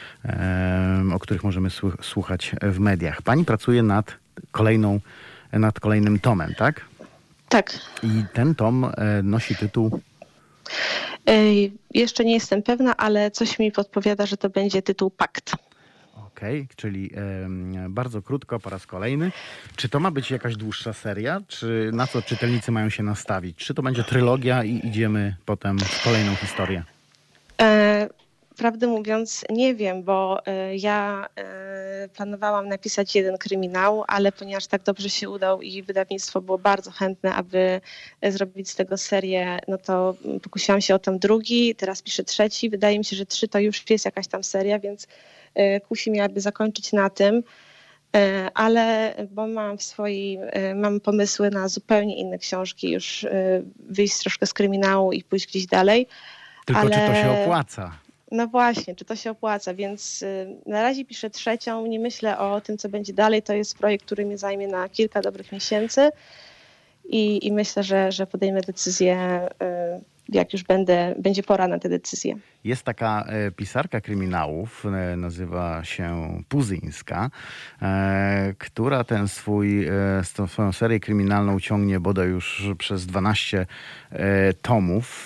o których możemy słuchać w mediach. Pani pracuje nad kolejnym tomem, tak? Tak. I ten tom nosi tytuł... Jeszcze nie jestem pewna, ale coś mi podpowiada, że to będzie tytuł Pakt. Okej, czyli bardzo krótko po raz kolejny. Czy to ma być jakaś dłuższa seria? Czy na co czytelnicy mają się nastawić? Czy to będzie trylogia i idziemy potem w kolejną historię? Prawdę mówiąc nie wiem, bo ja planowałam napisać jeden kryminał, ale ponieważ tak dobrze się udał i wydawnictwo było bardzo chętne, aby zrobić z tego serię, no to pokusiłam się o ten drugi, teraz piszę trzeci. Wydaje mi się, że 3 to już jest jakaś tam seria, więc kusi mnie, aby zakończyć na tym. Ale bo mam pomysły na zupełnie inne książki, już wyjść troszkę z kryminału i pójść gdzieś dalej. Tylko czy to się opłaca? No właśnie, czy to się opłaca, więc na razie piszę trzecią, nie myślę o tym, co będzie dalej. To jest projekt, który mnie zajmie na kilka dobrych miesięcy i myślę, że podejmę decyzję, jak już będzie pora na tę decyzję. Jest taka pisarka kryminałów, nazywa się Puzyńska, która swoją serię kryminalną ciągnie bodaj już przez 12 tomów.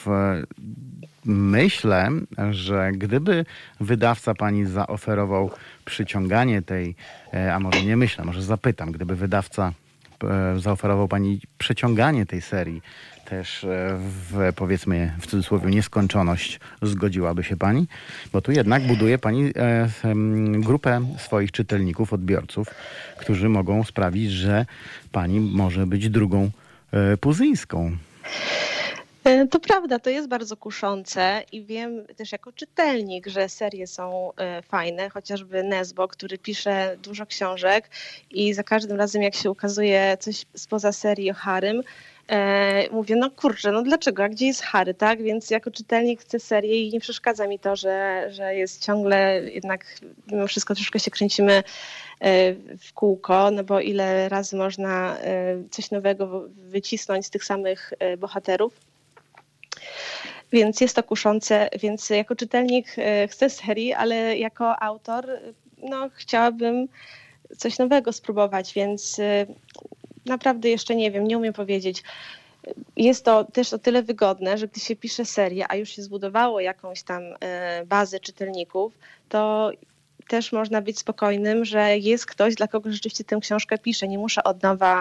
Myślę, że gdyby wydawca pani zaoferował przyciąganie tej, a może nie myślę, może zapytam, gdyby wydawca zaoferował pani przeciąganie tej serii też w, powiedzmy, w cudzysłowie nieskończoność, zgodziłaby się pani? Bo tu jednak buduje pani grupę swoich czytelników, odbiorców, którzy mogą sprawić, że pani może być drugą Puzyńską. To prawda, to jest bardzo kuszące i wiem też jako czytelnik, że serie są fajne, chociażby Nesbo, który pisze dużo książek i za każdym razem jak się ukazuje coś spoza serii o Harrym, mówię, no kurczę, no dlaczego, a gdzie jest Harry, tak? Więc jako czytelnik chcę serię i nie przeszkadza mi to, że jest ciągle jednak mimo wszystko troszkę się kręcimy w kółko, no bo ile razy można coś nowego wycisnąć z tych samych bohaterów. Więc jest to kuszące, więc jako czytelnik chcę serii, ale jako autor no, chciałabym coś nowego spróbować, więc naprawdę jeszcze nie wiem, nie umiem powiedzieć. Jest to też o tyle wygodne, że gdy się pisze serię, a już się zbudowało jakąś tam bazę czytelników, to też można być spokojnym, że jest ktoś, dla kogo rzeczywiście tę książkę piszę. Nie muszę od nowa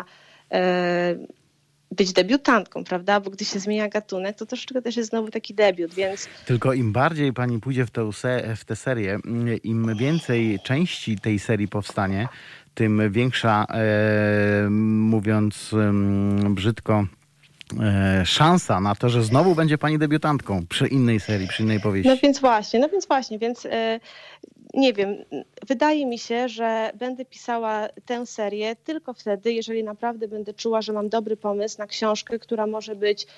być debiutantką, prawda? Bo gdy się zmienia gatunek, to troszeczkę też jest znowu taki debiut, więc... Tylko im bardziej pani pójdzie w tę serię, im więcej części tej serii powstanie, tym większa, mówiąc brzydko, szansa na to, że znowu będzie pani debiutantką przy innej serii, przy innej powieści. No więc właśnie, nie wiem, wydaje mi się, że będę pisała tę serię tylko wtedy, jeżeli naprawdę będę czuła, że mam dobry pomysł na książkę, która może być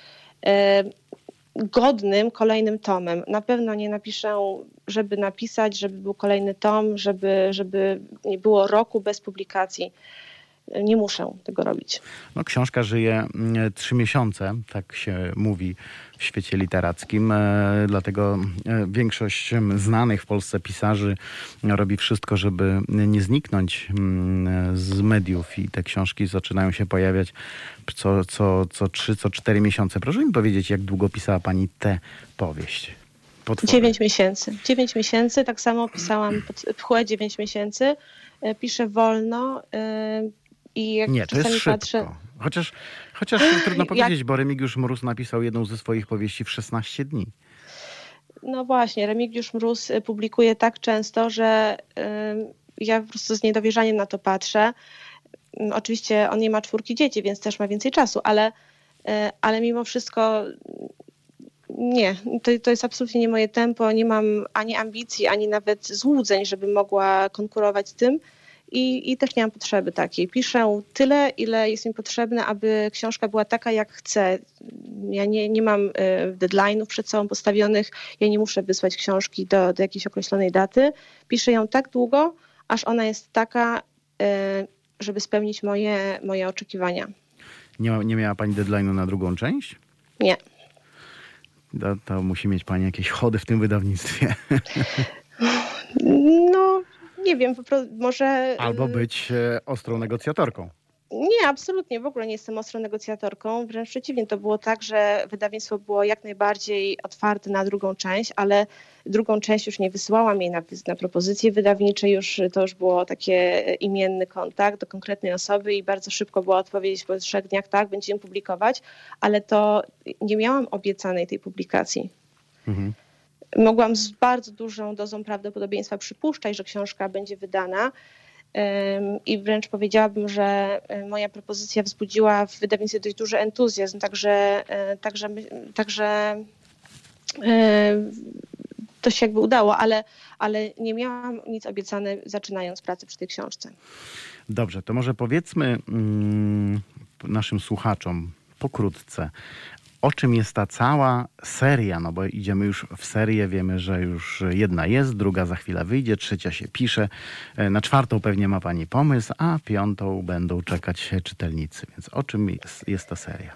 godnym kolejnym tomem. Na pewno nie napiszę, żeby napisać, żeby był kolejny tom, żeby nie było roku bez publikacji. Nie muszę tego robić. No, książka żyje 3 miesiące, tak się mówi w świecie literackim. Dlatego większość znanych w Polsce pisarzy robi wszystko, żeby nie zniknąć z mediów i te książki zaczynają się pojawiać co 3, co 4 miesiące. Proszę mi powiedzieć, jak długo pisała pani tę powieść? 9 miesięcy. 9 miesięcy, tak samo pisałam Pchłę 9 miesięcy. Piszę wolno. I jak nie, to jest szybko. Patrzę... Chociaż trudno powiedzieć, bo Remigiusz Mróz napisał jedną ze swoich powieści w 16 dni. No właśnie, Remigiusz Mróz publikuje tak często, że ja po prostu z niedowierzaniem na to patrzę. Oczywiście on nie ma 4 dzieci, więc też ma więcej czasu, ale mimo wszystko nie, to jest absolutnie nie moje tempo. Nie mam ani ambicji, ani nawet złudzeń, żeby mogła konkurować z tym. I też nie mam potrzeby takiej. Piszę tyle, ile jest mi potrzebne, aby książka była taka, jak chcę. Ja nie mam deadline'ów przed sobą postawionych. Ja nie muszę wysłać książki do jakiejś określonej daty. Piszę ją tak długo, aż ona jest taka, żeby spełnić moje oczekiwania. Nie miała pani deadline'u na drugą część? Nie. To musi mieć pani jakieś chody w tym wydawnictwie. No... Nie wiem, może... Albo być ostrą negocjatorką. Nie, absolutnie. W ogóle nie jestem ostrą negocjatorką. Wręcz przeciwnie, to było tak, że wydawnictwo było jak najbardziej otwarte na drugą część, ale drugą część już nie wysyłałam jej na propozycje wydawnicze. To już było takie imienny kontakt do konkretnej osoby i bardzo szybko była odpowiedź po 3 dniach, tak, będziemy publikować, ale to nie miałam obiecanej tej publikacji. Mhm. Mogłam z bardzo dużą dozą prawdopodobieństwa przypuszczać, że książka będzie wydana i wręcz powiedziałabym, że moja propozycja wzbudziła w wydawnictwie dość duży entuzjazm, także to się jakby udało, ale nie miałam nic obiecane zaczynając pracę przy tej książce. Dobrze, to może powiedzmy naszym słuchaczom pokrótce, o czym jest ta cała seria, no bo idziemy już w serię, wiemy, że już jedna jest, druga za chwilę wyjdzie, 3 się pisze, na 4 pewnie ma pani pomysł, a 5 będą czekać czytelnicy. Więc o czym jest ta seria?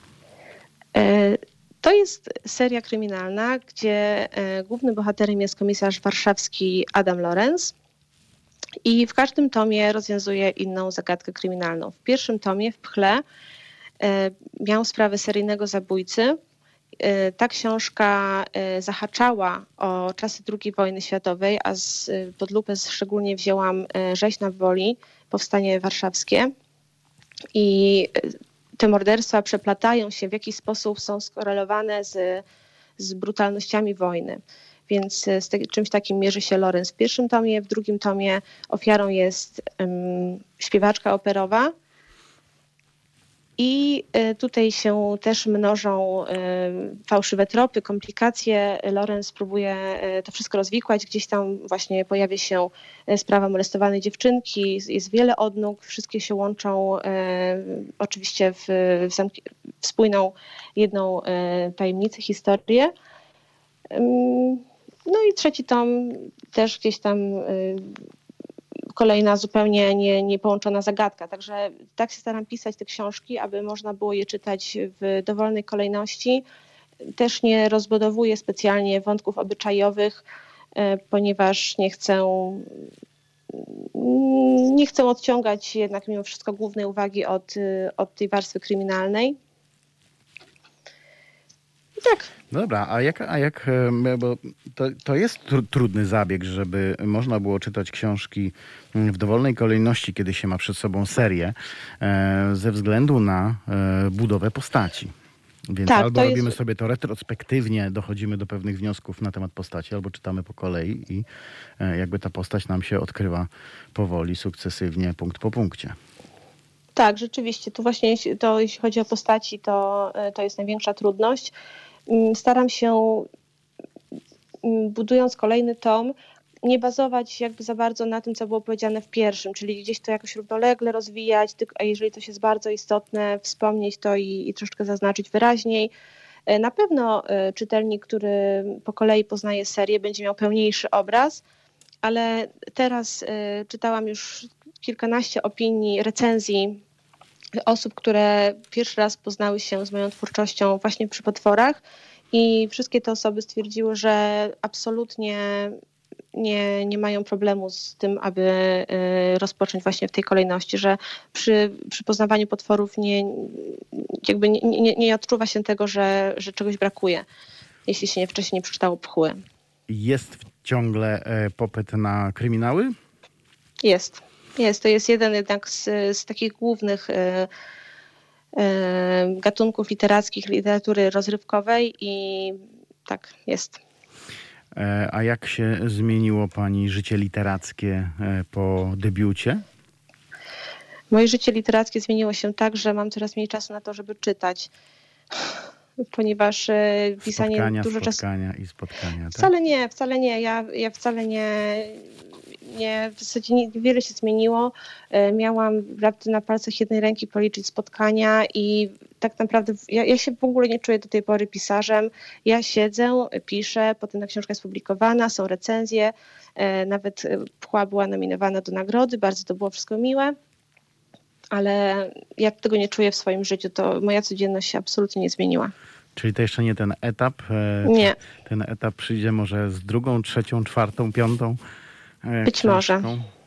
To jest seria kryminalna, gdzie głównym bohaterem jest komisarz warszawski Adam Lorenz i w każdym tomie rozwiązuje inną zagadkę kryminalną. W pierwszym tomie, w Pchle, miał sprawę seryjnego zabójcy. Ta książka zahaczała o czasy II wojny światowej, a pod lupę szczególnie wzięłam Rzeź na Woli, powstanie warszawskie. I te morderstwa przeplatają się, w jakiś sposób są skorelowane z brutalnościami wojny. Więc z czymś takim mierzy się Lorenz w pierwszym tomie. W drugim tomie ofiarą jest śpiewaczka operowa. I tutaj się też mnożą fałszywe tropy, komplikacje. Lorenz próbuje to wszystko rozwikłać. Gdzieś tam właśnie pojawia się sprawa molestowanej dziewczynki. Jest wiele odnóg. Wszystkie się łączą oczywiście w spójną jedną tajemnicę, historię. No i trzeci tom też gdzieś tam kolejna zupełnie niepołączona zagadka. Także tak się staram pisać te książki, aby można było je czytać w dowolnej kolejności. Też nie rozbudowuję specjalnie wątków obyczajowych, ponieważ nie chcę odciągać jednak mimo wszystko głównej uwagi od tej warstwy kryminalnej. I tak. Dobra, bo to jest trudny zabieg, żeby można było czytać książki w dowolnej kolejności, kiedy się ma przed sobą serię, ze względu na budowę postaci. Więc tak, albo robimy sobie to retrospektywnie, dochodzimy do pewnych wniosków na temat postaci, albo czytamy po kolei i jakby ta postać nam się odkrywa powoli, sukcesywnie, punkt po punkcie. Tak, rzeczywiście. Tu właśnie jeśli chodzi o postaci, to jest największa trudność. Staram się, budując kolejny tom, nie bazować jakby za bardzo na tym, co było powiedziane w pierwszym, czyli gdzieś to jakoś równolegle rozwijać, a jeżeli coś jest bardzo istotne, wspomnieć to i troszeczkę zaznaczyć wyraźniej. Na pewno czytelnik, który po kolei poznaje serię, będzie miał pełniejszy obraz, ale teraz czytałam już kilkanaście opinii, recenzji osób, które pierwszy raz poznały się z moją twórczością właśnie przy Potworach i wszystkie te osoby stwierdziły, że absolutnie nie mają problemu z tym, aby rozpocząć właśnie w tej kolejności, że przy poznawaniu potworów nie odczuwa się tego, że czegoś brakuje, jeśli się wcześniej nie przeczytało Pchły. Jest ciągle popyt na kryminały? Jest. To jest jeden jednak z takich głównych gatunków literackich, literatury rozrywkowej i tak jest. A jak się zmieniło pani życie literackie po debiucie? Moje życie literackie zmieniło się tak, że mam coraz mniej czasu na to, żeby czytać, ponieważ pisanie dużo czasu... Spotkania. Tak? Wcale nie. Ja wcale nie, w zasadzie niewiele się zmieniło. Miałam na palcach jednej ręki policzyć spotkania i tak naprawdę ja się w ogóle nie czuję do tej pory pisarzem. Ja siedzę, piszę, potem ta książka jest publikowana, są recenzje, nawet Pchła była nominowana do nagrody, bardzo to było wszystko miłe, ale ja tego nie czuję w swoim życiu, to moja codzienność się absolutnie nie zmieniła. Czyli to jeszcze nie ten etap? Nie. Ten etap przyjdzie może z drugą, trzecią, czwartą, piątą? Być może.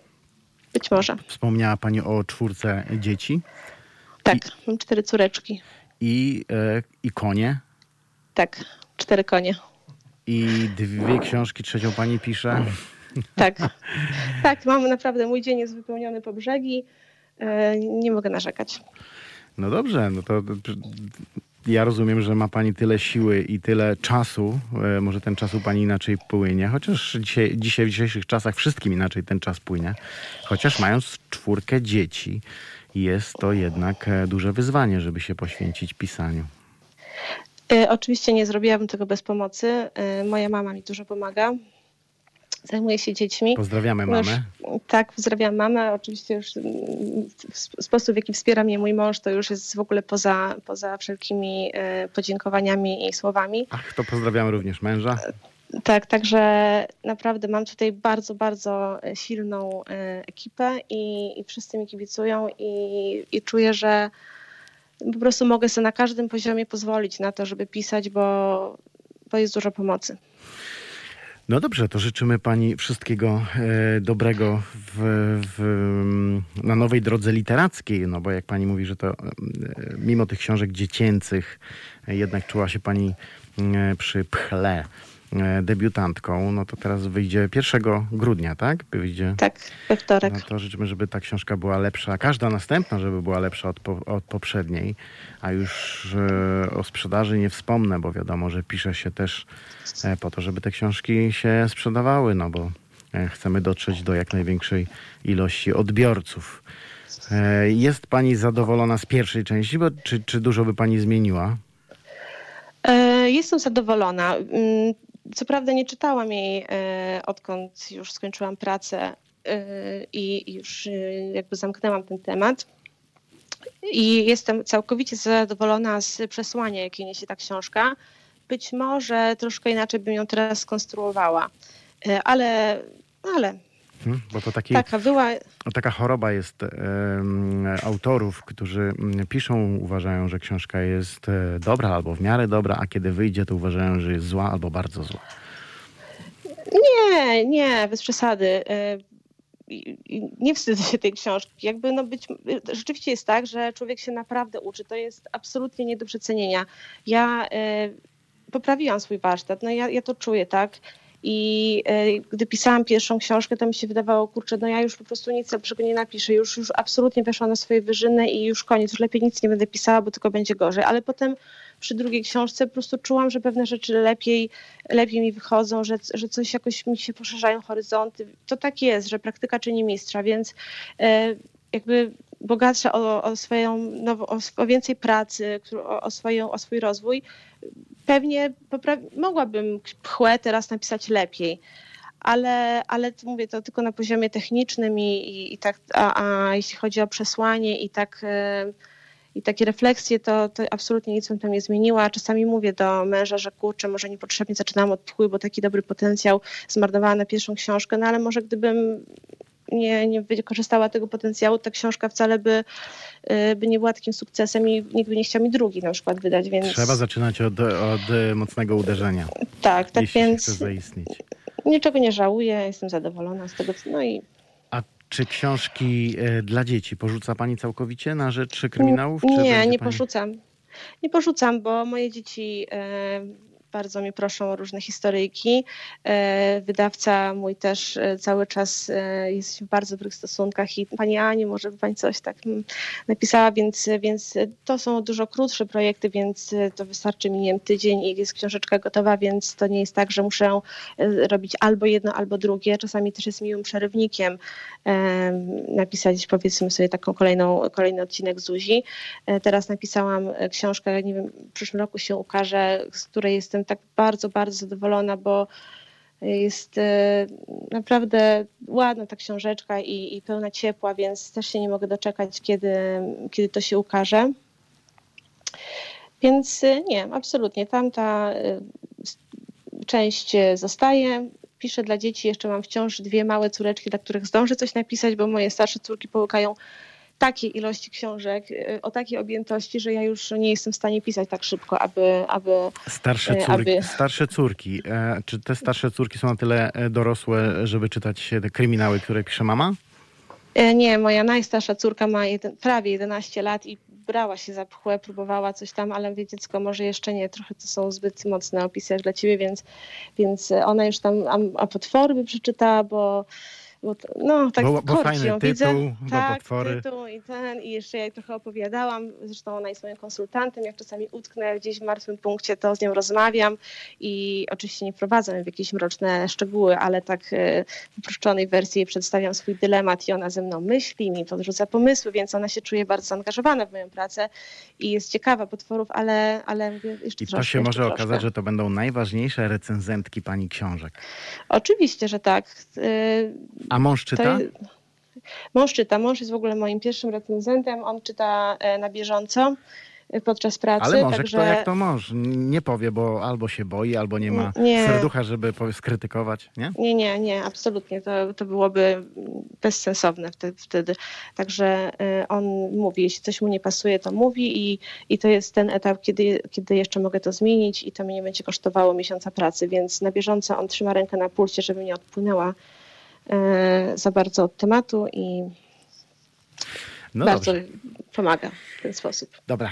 Wspomniała pani o 4 dzieci. Tak, mam 4 córeczki. I konie. Tak, 4 konie. I 2 książki, trzecią pani pisze. Tak, mam naprawdę, mój dzień jest wypełniony po brzegi. Nie mogę narzekać. No dobrze, no to ja rozumiem, że ma pani tyle siły i tyle czasu, może ten czas u pani inaczej płynie, chociaż dzisiaj w dzisiejszych czasach wszystkim inaczej ten czas płynie, chociaż mając 4 dzieci, jest to jednak duże wyzwanie, żeby się poświęcić pisaniu. Oczywiście nie zrobiłabym tego bez pomocy. Moja mama mi dużo pomaga. Zajmuje się dziećmi. Pozdrawiamy mamę. Tak, pozdrawiam mamę. Oczywiście już sposób, w jaki wspiera mnie mój mąż, to już jest w ogóle poza wszelkimi podziękowaniami i słowami. Ach, to pozdrawiamy również męża. Tak, także naprawdę mam tutaj bardzo, bardzo silną ekipę i wszyscy mi kibicują i czuję, że po prostu mogę sobie na każdym poziomie pozwolić na to, żeby pisać, bo jest dużo pomocy. No dobrze, to życzymy pani wszystkiego dobrego na nowej drodze literackiej, no bo jak pani mówi, że to mimo tych książek dziecięcych jednak czuła się pani przy Pchle debiutantką, no to teraz wyjdzie 1 grudnia, tak? Wyjdzie. Tak, we wtorek. No to życzymy, żeby ta książka była lepsza, każda następna, żeby była lepsza od poprzedniej, a już o sprzedaży nie wspomnę, bo wiadomo, że pisze się też po to, żeby te książki się sprzedawały, no bo chcemy dotrzeć do jak największej ilości odbiorców. Jest pani zadowolona z pierwszej części, czy dużo by pani zmieniła? Jestem zadowolona. Co prawda nie czytałam jej, odkąd już skończyłam pracę i już jakby zamknęłam ten temat. I jestem całkowicie zadowolona z przesłania, jakie niesie ta książka. Być może troszkę inaczej bym ją teraz skonstruowała, ale Bo to taka choroba jest autorów, którzy piszą, uważają, że książka jest dobra albo w miarę dobra, a kiedy wyjdzie, to uważają, że jest zła albo bardzo zła. Nie, bez przesady. Nie wstydzę się tej książki. Rzeczywiście jest tak, że człowiek się naprawdę uczy. To jest absolutnie nie do przecenienia. Ja poprawiłam swój warsztat. Ja to czuję, tak? I gdy pisałam pierwszą książkę, to mi się wydawało, kurczę, ja już po prostu nic lepszego nie napiszę. Już absolutnie weszłam na swoje wyżyny i już koniec. Już lepiej nic nie będę pisała, bo tylko będzie gorzej. Ale potem przy drugiej książce po prostu czułam, że pewne rzeczy lepiej mi wychodzą, że coś jakoś mi się poszerzają horyzonty. To tak jest, że praktyka czyni mistrza, więc jakby bogatsza o więcej pracy, o swój rozwój, pewnie mogłabym pchłę teraz napisać lepiej. Ale mówię to tylko na poziomie technicznym i tak, a jeśli chodzi o przesłanie i takie refleksje, to absolutnie nic bym tam nie zmieniła. Czasami mówię do męża, że kurczę, może niepotrzebnie zaczynałam od pchły, bo taki dobry potencjał zmarnowała na pierwszą książkę, ale może gdybym nie wykorzystała tego potencjału, ta książka wcale by nie była takim sukcesem i nikt by nie chciał mi drugi na przykład wydać, więc... Trzeba zaczynać od mocnego uderzenia. Tak, więc chce zaistnieć. Niczego nie żałuję, jestem zadowolona z tego, A czy książki dla dzieci porzuca pani całkowicie na rzecz kryminałów? Nie porzucam. Nie porzucam, bo moje dzieci bardzo mnie proszą o różne historyjki. Wydawca mój też cały czas jest w bardzo dobrych stosunkach i pani Aniu, może by pani coś tak napisała, więc to są dużo krótsze projekty, więc to wystarczy mi, nie wiem, tydzień i jest książeczka gotowa, więc to nie jest tak, że muszę robić albo jedno, albo drugie. Czasami też jest miłym przerywnikiem napisać, powiedzmy sobie, taką kolejny odcinek Zuzi. Teraz napisałam książkę, nie wiem, w przyszłym roku się ukaże, z której jestem tak bardzo, bardzo zadowolona, bo jest naprawdę ładna ta książeczka i pełna ciepła, więc też się nie mogę doczekać, kiedy to się ukaże. Więc nie, absolutnie. Tamta część zostaje. Piszę dla dzieci, jeszcze mam wciąż 2 małe córeczki, dla których zdążę coś napisać, bo moje starsze córki połykają takiej ilości książek, o takiej objętości, że ja już nie jestem w stanie pisać tak szybko, aby Starsze córki. Czy te starsze córki są na tyle dorosłe, żeby czytać te kryminały, które pisze mama? Nie, moja najstarsza córka ma prawie 11 lat i brała się za pchłę, próbowała coś tam, ale wie, dziecko, może jeszcze nie, trochę to są zbyt mocne opisy dla ciebie, więc ona już tam a potwory by przeczytała, bo tak bo fajny ją tytuł, widzę. bo Tak, potwory. tytuł i jeszcze ja jej trochę opowiadałam. Zresztą ona jest moim konsultantem. Jak czasami utknę gdzieś w martwym punkcie, to z nią rozmawiam i oczywiście nie wprowadzam w jakieś mroczne szczegóły, ale tak w uproszczonej wersji jej przedstawiam swój dylemat i ona ze mną myśli, mi podrzuca pomysły, więc ona się czuje bardzo zaangażowana w moją pracę i jest ciekawa potworów, ale mówię, jeszcze I troszkę. to się może troszkę. okazać, że to będą najważniejsze recenzentki pani książek. Oczywiście, że tak. A mąż czyta? Mąż czyta. Mąż jest w ogóle moim pierwszym recenzentem. On czyta na bieżąco podczas pracy. Ale mążek także... to jak to mąż? Nie powie, bo albo się boi, albo nie ma serducha, żeby skrytykować, nie? Nie, absolutnie. To byłoby bezsensowne wtedy. Także on mówi, jeśli coś mu nie pasuje, to mówi i to jest ten etap, kiedy jeszcze mogę to zmienić i to mnie nie będzie kosztowało miesiąca pracy, więc na bieżąco on trzyma rękę na pulsie, żeby nie odpłynęła za bardzo od tematu i bardzo pomaga w ten sposób. Dobra,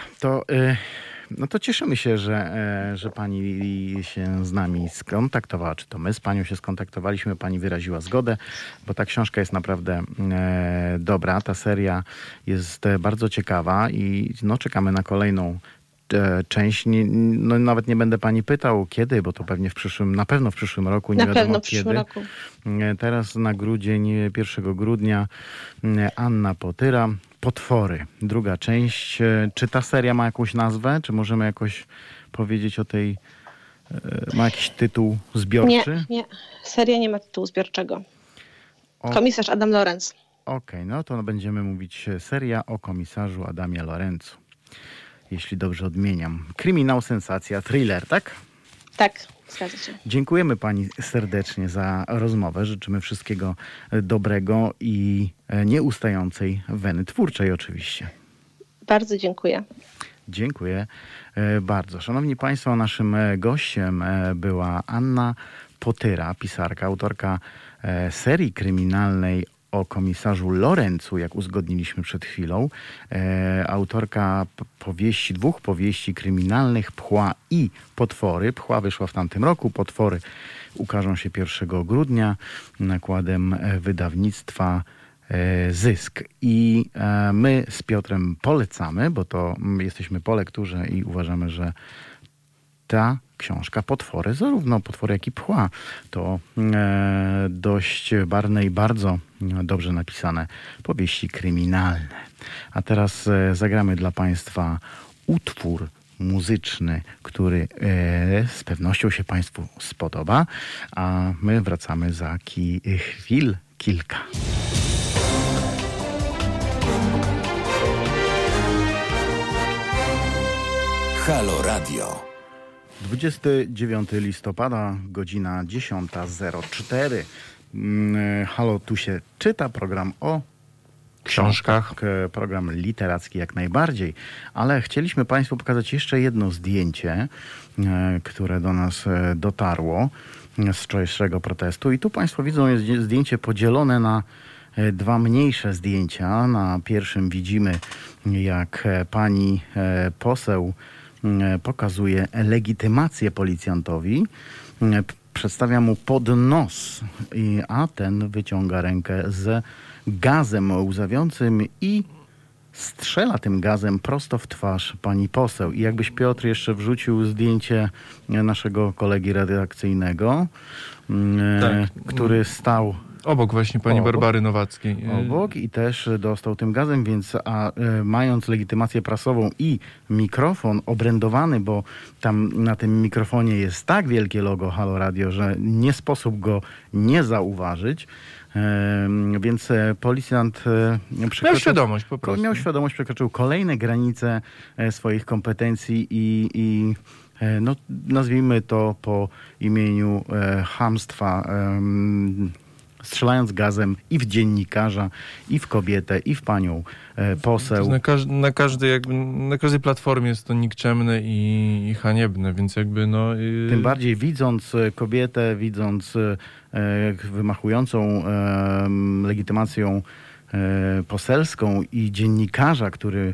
to cieszymy się, że pani się z nami skontaktowała, czy to my z panią się skontaktowaliśmy, pani wyraziła zgodę, bo ta książka jest naprawdę dobra, ta seria jest bardzo ciekawa i czekamy na kolejną część. Nawet nie będę pani pytał kiedy, bo to na pewno w przyszłym roku, nie wiadomo kiedy. Teraz na grudzień, 1 grudnia Anna Potyra. Potwory, druga część. Czy ta seria ma jakąś nazwę? Czy możemy jakoś powiedzieć o tej... Ma jakiś tytuł zbiorczy? Nie. Seria nie ma tytułu zbiorczego. Komisarz Adam Lorenz. Okej, no to będziemy mówić seria o komisarzu Adamie Lorenzu. Jeśli dobrze odmieniam. Kryminał, sensacja, thriller, tak? Tak, zgadza się. Dziękujemy pani serdecznie za rozmowę. Życzymy wszystkiego dobrego i nieustającej weny twórczej oczywiście. Bardzo dziękuję. Dziękuję bardzo. Szanowni Państwo, naszym gościem była Anna Potyra, pisarka, autorka serii kryminalnej o komisarzu Lorenzu, jak uzgodniliśmy przed chwilą. Autorka dwóch powieści kryminalnych Pchła i Potwory. Pchła wyszła w tamtym roku, Potwory ukażą się 1 grudnia nakładem wydawnictwa Zysk. I my z Piotrem polecamy, bo to jesteśmy po lekturze i uważamy, że ta książka Potwory, zarówno Potwory, jak i Pchła, to dość barwne i bardzo dobrze napisane powieści kryminalne. A teraz zagramy dla Państwa utwór muzyczny, który z pewnością się Państwu spodoba, a my wracamy za chwil kilka. Halo Radio. 29 listopada, godzina 10:04. Halo, tu się czyta, program o książkach. Program literacki jak najbardziej. Ale chcieliśmy Państwu pokazać jeszcze jedno zdjęcie, które do nas dotarło z wczorajszego protestu. I tu Państwo widzą, jest zdjęcie podzielone na dwa mniejsze zdjęcia. Na pierwszym widzimy, jak pani poseł pokazuje legitymację policjantowi, przedstawia mu pod nos, a ten wyciąga rękę z gazem łzawiącym i strzela tym gazem prosto w twarz pani poseł. I jakbyś, Piotr, jeszcze wrzucił zdjęcie naszego kolegi redakcyjnego, tak, który stał obok właśnie pani Barbary Nowackiej. Obok i też dostał tym gazem, więc mając legitymację prasową i mikrofon obrędowany, bo tam na tym mikrofonie jest tak wielkie logo Halo Radio, że nie sposób go nie zauważyć. Więc policjant miał świadomość po prostu. Miał świadomość, przekroczył kolejne granice swoich kompetencji i no, nazwijmy to po imieniu chamstwa, strzelając gazem i w dziennikarza, i w kobietę, i w panią poseł. Na każdej platformie jest to nikczemne i haniebne, więc jakby no... Tym bardziej widząc kobietę, widząc wymachującą legitymacją poselską i dziennikarza, który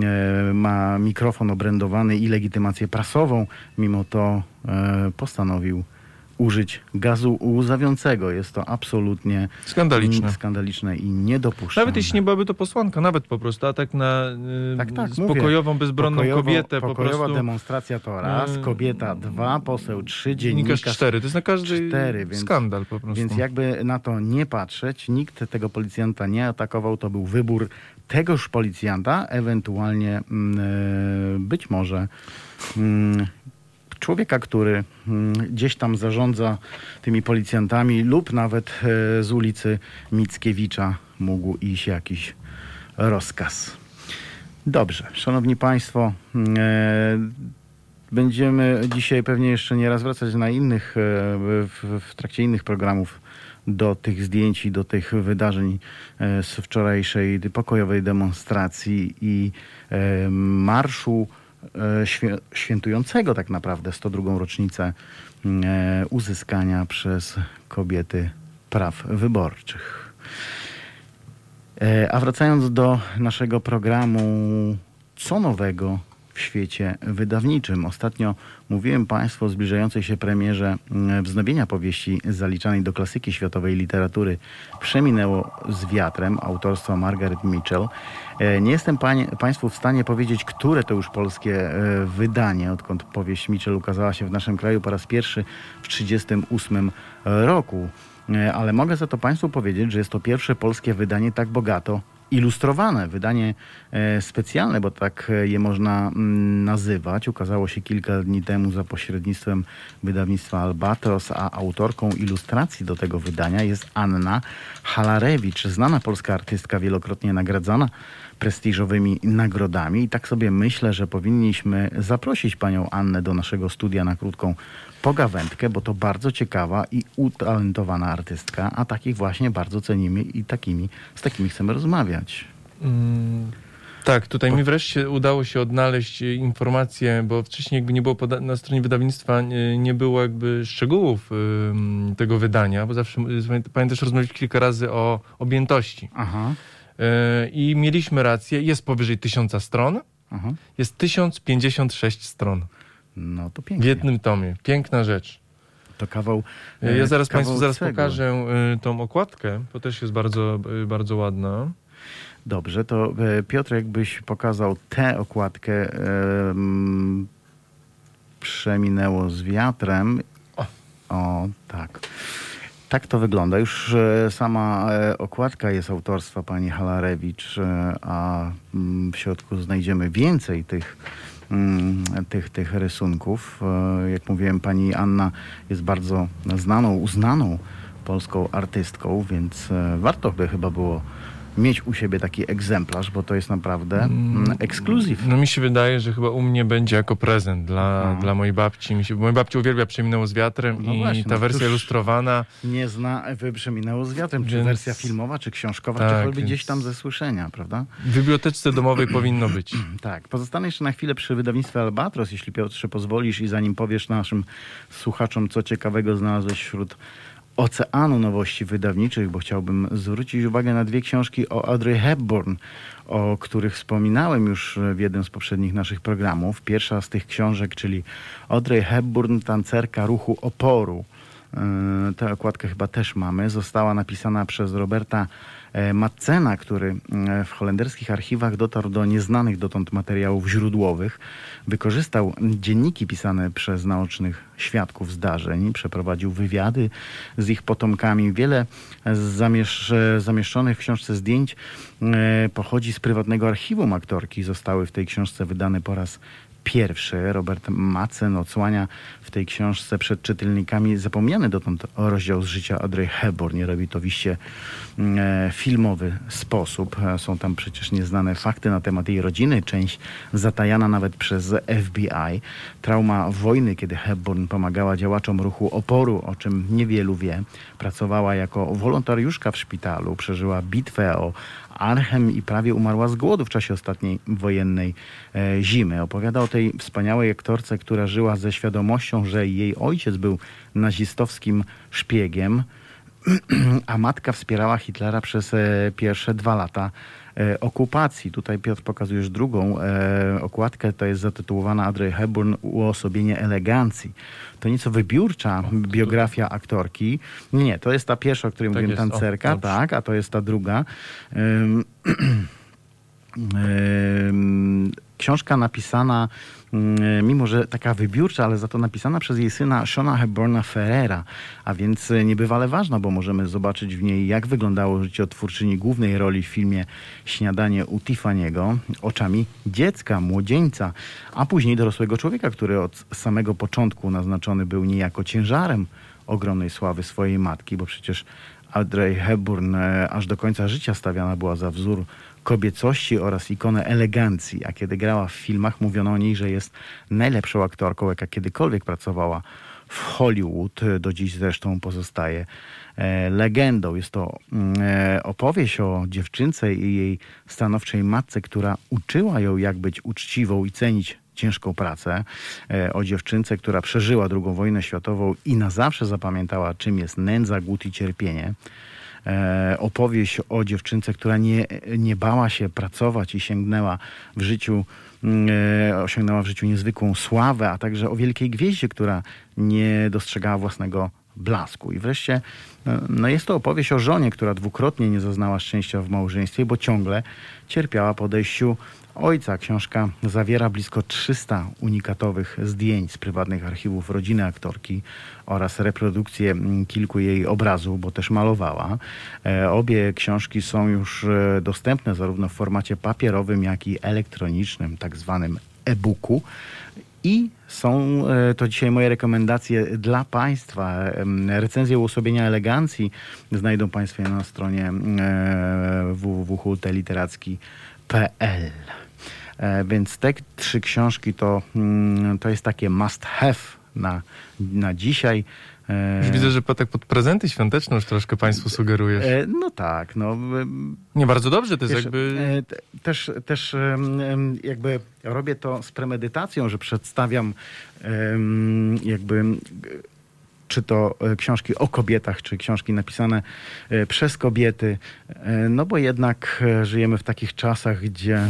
ma mikrofon obrędowany i legitymację prasową, mimo to postanowił użyć gazu łzawiącego. Jest to absolutnie skandaliczne i niedopuszczalne. Nawet jeśli nie byłaby to posłanka, nawet po prostu atak na pokojową, bezbronną kobietę. Pokojowa demonstracja to raz, kobieta 2, poseł 3, dziennikarz 4. To jest na każdy 4, więc, skandal po prostu. Więc jakby na to nie patrzeć, nikt tego policjanta nie atakował, to był wybór tegoż policjanta, ewentualnie być może człowieka, który gdzieś tam zarządza tymi policjantami lub nawet z ulicy Mickiewicza mógł iść jakiś rozkaz. Dobrze, szanowni państwo, będziemy dzisiaj pewnie jeszcze nie raz wracać na w trakcie innych programów do tych zdjęć i do tych wydarzeń z wczorajszej pokojowej demonstracji i marszu świętującego tak naprawdę 102. rocznicę uzyskania przez kobiety praw wyborczych. A wracając do naszego programu, co nowego w świecie wydawniczym. Ostatnio mówiłem Państwu o zbliżającej się premierze wznowienia powieści zaliczanej do klasyki światowej literatury Przeminęło z wiatrem, autorstwa Margaret Mitchell. Nie jestem Państwu w stanie powiedzieć, które to już polskie wydanie, odkąd powieść Mitchell ukazała się w naszym kraju po raz pierwszy w 1938 roku. Ale mogę za to Państwu powiedzieć, że jest to pierwsze polskie wydanie tak bogato ilustrowane, wydanie specjalne, bo tak je można nazywać. Ukazało się kilka dni temu za pośrednictwem wydawnictwa Albatros, a autorką ilustracji do tego wydania jest Anna Halarewicz, znana polska artystka, wielokrotnie nagradzana prestiżowymi nagrodami. I tak sobie myślę, że powinniśmy zaprosić panią Annę do naszego studia na krótką pogawędkę, bo to bardzo ciekawa i utalentowana artystka, a takich właśnie bardzo cenimy i z takimi chcemy rozmawiać. Tak, tutaj mi wreszcie udało się odnaleźć informacje, bo wcześniej jakby nie było na stronie wydawnictwa nie było jakby szczegółów tego wydania, bo zawsze, pamiętasz, rozmawialiśmy kilka razy o objętości. Aha. I mieliśmy rację, jest powyżej 1000 stron, jest 1056 stron. No to W pięknie. jednym tomie. Piękna rzecz. To kawał. Ja zaraz kawał Państwu zaraz cegły. pokażę tą okładkę, bo też jest bardzo, bardzo ładna. Dobrze, to Piotr, jakbyś pokazał tę okładkę, Przeminęło z wiatrem. O, tak. Tak to wygląda. Już sama okładka jest autorstwa pani Halarewicz, a w środku znajdziemy więcej tych rysunków. Jak mówiłem, pani Anna jest bardzo znaną, uznaną polską artystką, więc warto by chyba było mieć u siebie taki egzemplarz, bo to jest naprawdę ekskluzyw. No mi się wydaje, że chyba u mnie będzie jako prezent dla mojej babci. Moja babcia uwielbia Przeminęło z wiatrem No i właśnie, ta no wersja cóż, ilustrowana. Nie zna Ewy Przeminęło z wiatrem, czy Więc- wersja filmowa, czy książkowa, Tak, czy choćby więc- gdzieś tam ze słyszenia, prawda? W bibliotece domowej powinno być. Tak, pozostanę jeszcze na chwilę przy wydawnictwie Albatros, jeśli Piotrze pozwolisz, i zanim powiesz naszym słuchaczom, co ciekawego znalazłeś wśród oceanu nowości wydawniczych, bo chciałbym zwrócić uwagę na 2 książki o Audrey Hepburn, o których wspominałem już w jednym z poprzednich naszych programów. Pierwsza z tych książek, czyli Audrey Hepburn, tancerka ruchu oporu. Tę okładkę chyba też mamy. Została napisana przez Roberta Matzena, który w holenderskich archiwach dotarł do nieznanych dotąd materiałów źródłowych. Wykorzystał dzienniki pisane przez naocznych świadków zdarzeń, przeprowadził wywiady z ich potomkami. Wiele zamieszczonych w książce zdjęć pochodzi z prywatnego archiwum aktorki. Zostały w tej książce wydane po raz pierwszy. Robert Madsen odsłania w tej książce przed czytelnikami zapomniany dotąd rozdział z życia Audrey Hepburn. Nie robi to w iście filmowy sposób. Są tam przecież nieznane fakty na temat jej rodziny, część zatajana nawet przez FBI. Trauma wojny, kiedy Hepburn pomagała działaczom ruchu oporu, o czym niewielu wie. Pracowała jako wolontariuszka w szpitalu, przeżyła bitwę o Arnhem i prawie umarła z głodu w czasie ostatniej wojennej zimy. Opowiada o tej wspaniałej aktorce, która żyła ze świadomością, że jej ojciec był nazistowskim szpiegiem, a matka wspierała Hitlera przez pierwsze 2 lata okupacji. Tutaj, Piotr, pokazujesz drugą okładkę, to jest zatytułowana Audrey Hepburn, uosobienie elegancji. To nieco wybiórcza biografia aktorki. Nie, to jest ta pierwsza, o której mówiłem, jest. tancerka, Dobrze. tak, a to jest ta druga. Książka napisana, mimo że taka wybiórcza, ale za to napisana przez jej syna Shona Hepburna Ferrera, a więc niebywale ważna, bo możemy zobaczyć w niej, jak wyglądało życie twórczyni głównej roli w filmie Śniadanie u Tiffany'ego oczami dziecka, młodzieńca, a później dorosłego człowieka, który od samego początku naznaczony był niejako ciężarem ogromnej sławy swojej matki, bo przecież Audrey Hepburn aż do końca życia stawiana była za wzór kobiecości oraz ikonę elegancji, a kiedy grała w filmach, mówiono o niej, że jest najlepszą aktorką, jaka kiedykolwiek pracowała w Hollywood. Do dziś zresztą pozostaje legendą. Jest to opowieść o dziewczynce i jej stanowczej matce, która uczyła ją, jak być uczciwą i cenić ciężką pracę. O dziewczynce, która przeżyła II wojnę światową i na zawsze zapamiętała, czym jest nędza, głód i cierpienie. Opowieść o dziewczynce, która nie bała się pracować i osiągnęła w życiu niezwykłą sławę, a także o wielkiej gwieździe, która nie dostrzegała własnego blasku. I wreszcie no jest to opowieść o żonie, która dwukrotnie nie zaznała szczęścia w małżeństwie, bo ciągle cierpiała po odejściu ojca. Książka zawiera blisko 300 unikatowych zdjęć z prywatnych archiwów rodziny aktorki oraz reprodukcje kilku jej obrazów, bo też malowała. Obie książki są już dostępne zarówno w formacie papierowym, jak i elektronicznym, tak zwanym e-booku. I są to dzisiaj moje rekomendacje dla Państwa. Recenzje uosobienia elegancji znajdą Państwo na stronie www.hulteliteracki.pl. Więc te 3 książki to jest takie must have na dzisiaj. Już widzę, że tak pod prezenty świąteczne już troszkę Państwu sugerujesz. No tak. No. Nie, bardzo dobrze, to jest Wiesz, jakby... Też jakby robię to z premedytacją, że przedstawiam jakby czy to książki o kobietach, czy książki napisane przez kobiety. No bo jednak żyjemy w takich czasach, gdzie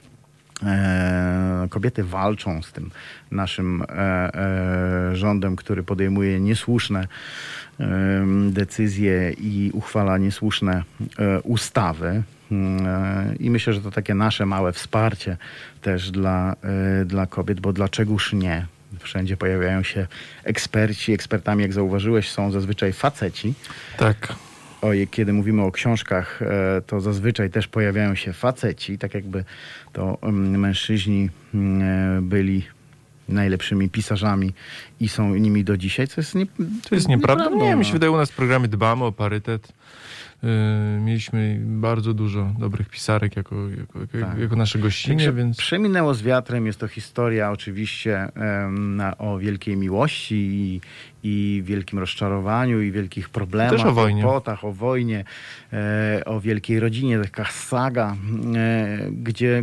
kobiety walczą z tym naszym rządem, który podejmuje niesłuszne decyzje i uchwala niesłuszne ustawy. I myślę, że to takie nasze małe wsparcie też dla kobiet, bo dlaczegoż nie? Wszędzie pojawiają się eksperci. Ekspertami, jak zauważyłeś, są zazwyczaj faceci. Tak. Kiedy mówimy o książkach, to zazwyczaj też pojawiają się faceci, tak jakby to mężczyźni byli najlepszymi pisarzami i są nimi do dzisiaj, co jest To jest nieprawda. Nie, no. mi się wydaje, u nas w programie dbamy o parytet. Mieliśmy bardzo dużo dobrych pisarek jako nasze gościnie, Także więc... Przeminęło z wiatrem. Jest to historia oczywiście o wielkiej miłości i wielkim rozczarowaniu i wielkich problemach. Też o wojnie. Kłopotach, o wojnie, o wielkiej rodzinie. Taka saga, gdzie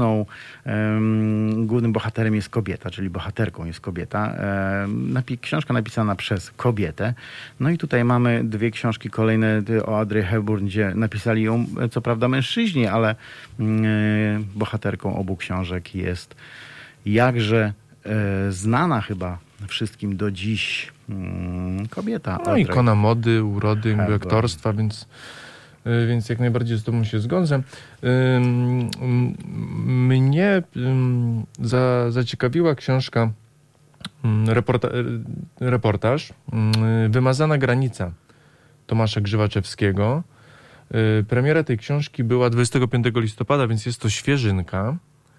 głównym bohaterem jest kobieta, czyli bohaterką jest kobieta. Książka napisana przez kobietę. No i tutaj mamy 2 książki kolejne o Audrey Hepburn, gdzie napisali ją co prawda mężczyźni, ale bohaterką obu książek jest jakże znana chyba wszystkim do dziś kobieta. No ikona mody, urody, Hepburn. aktorstwa, więc jak najbardziej z tobą się zgodzę. Mnie zaciekawiła książka, reportaż Wymazana granica Tomasza Grzywaczewskiego. Premiera tej książki była 25 listopada, więc jest to świeżynka.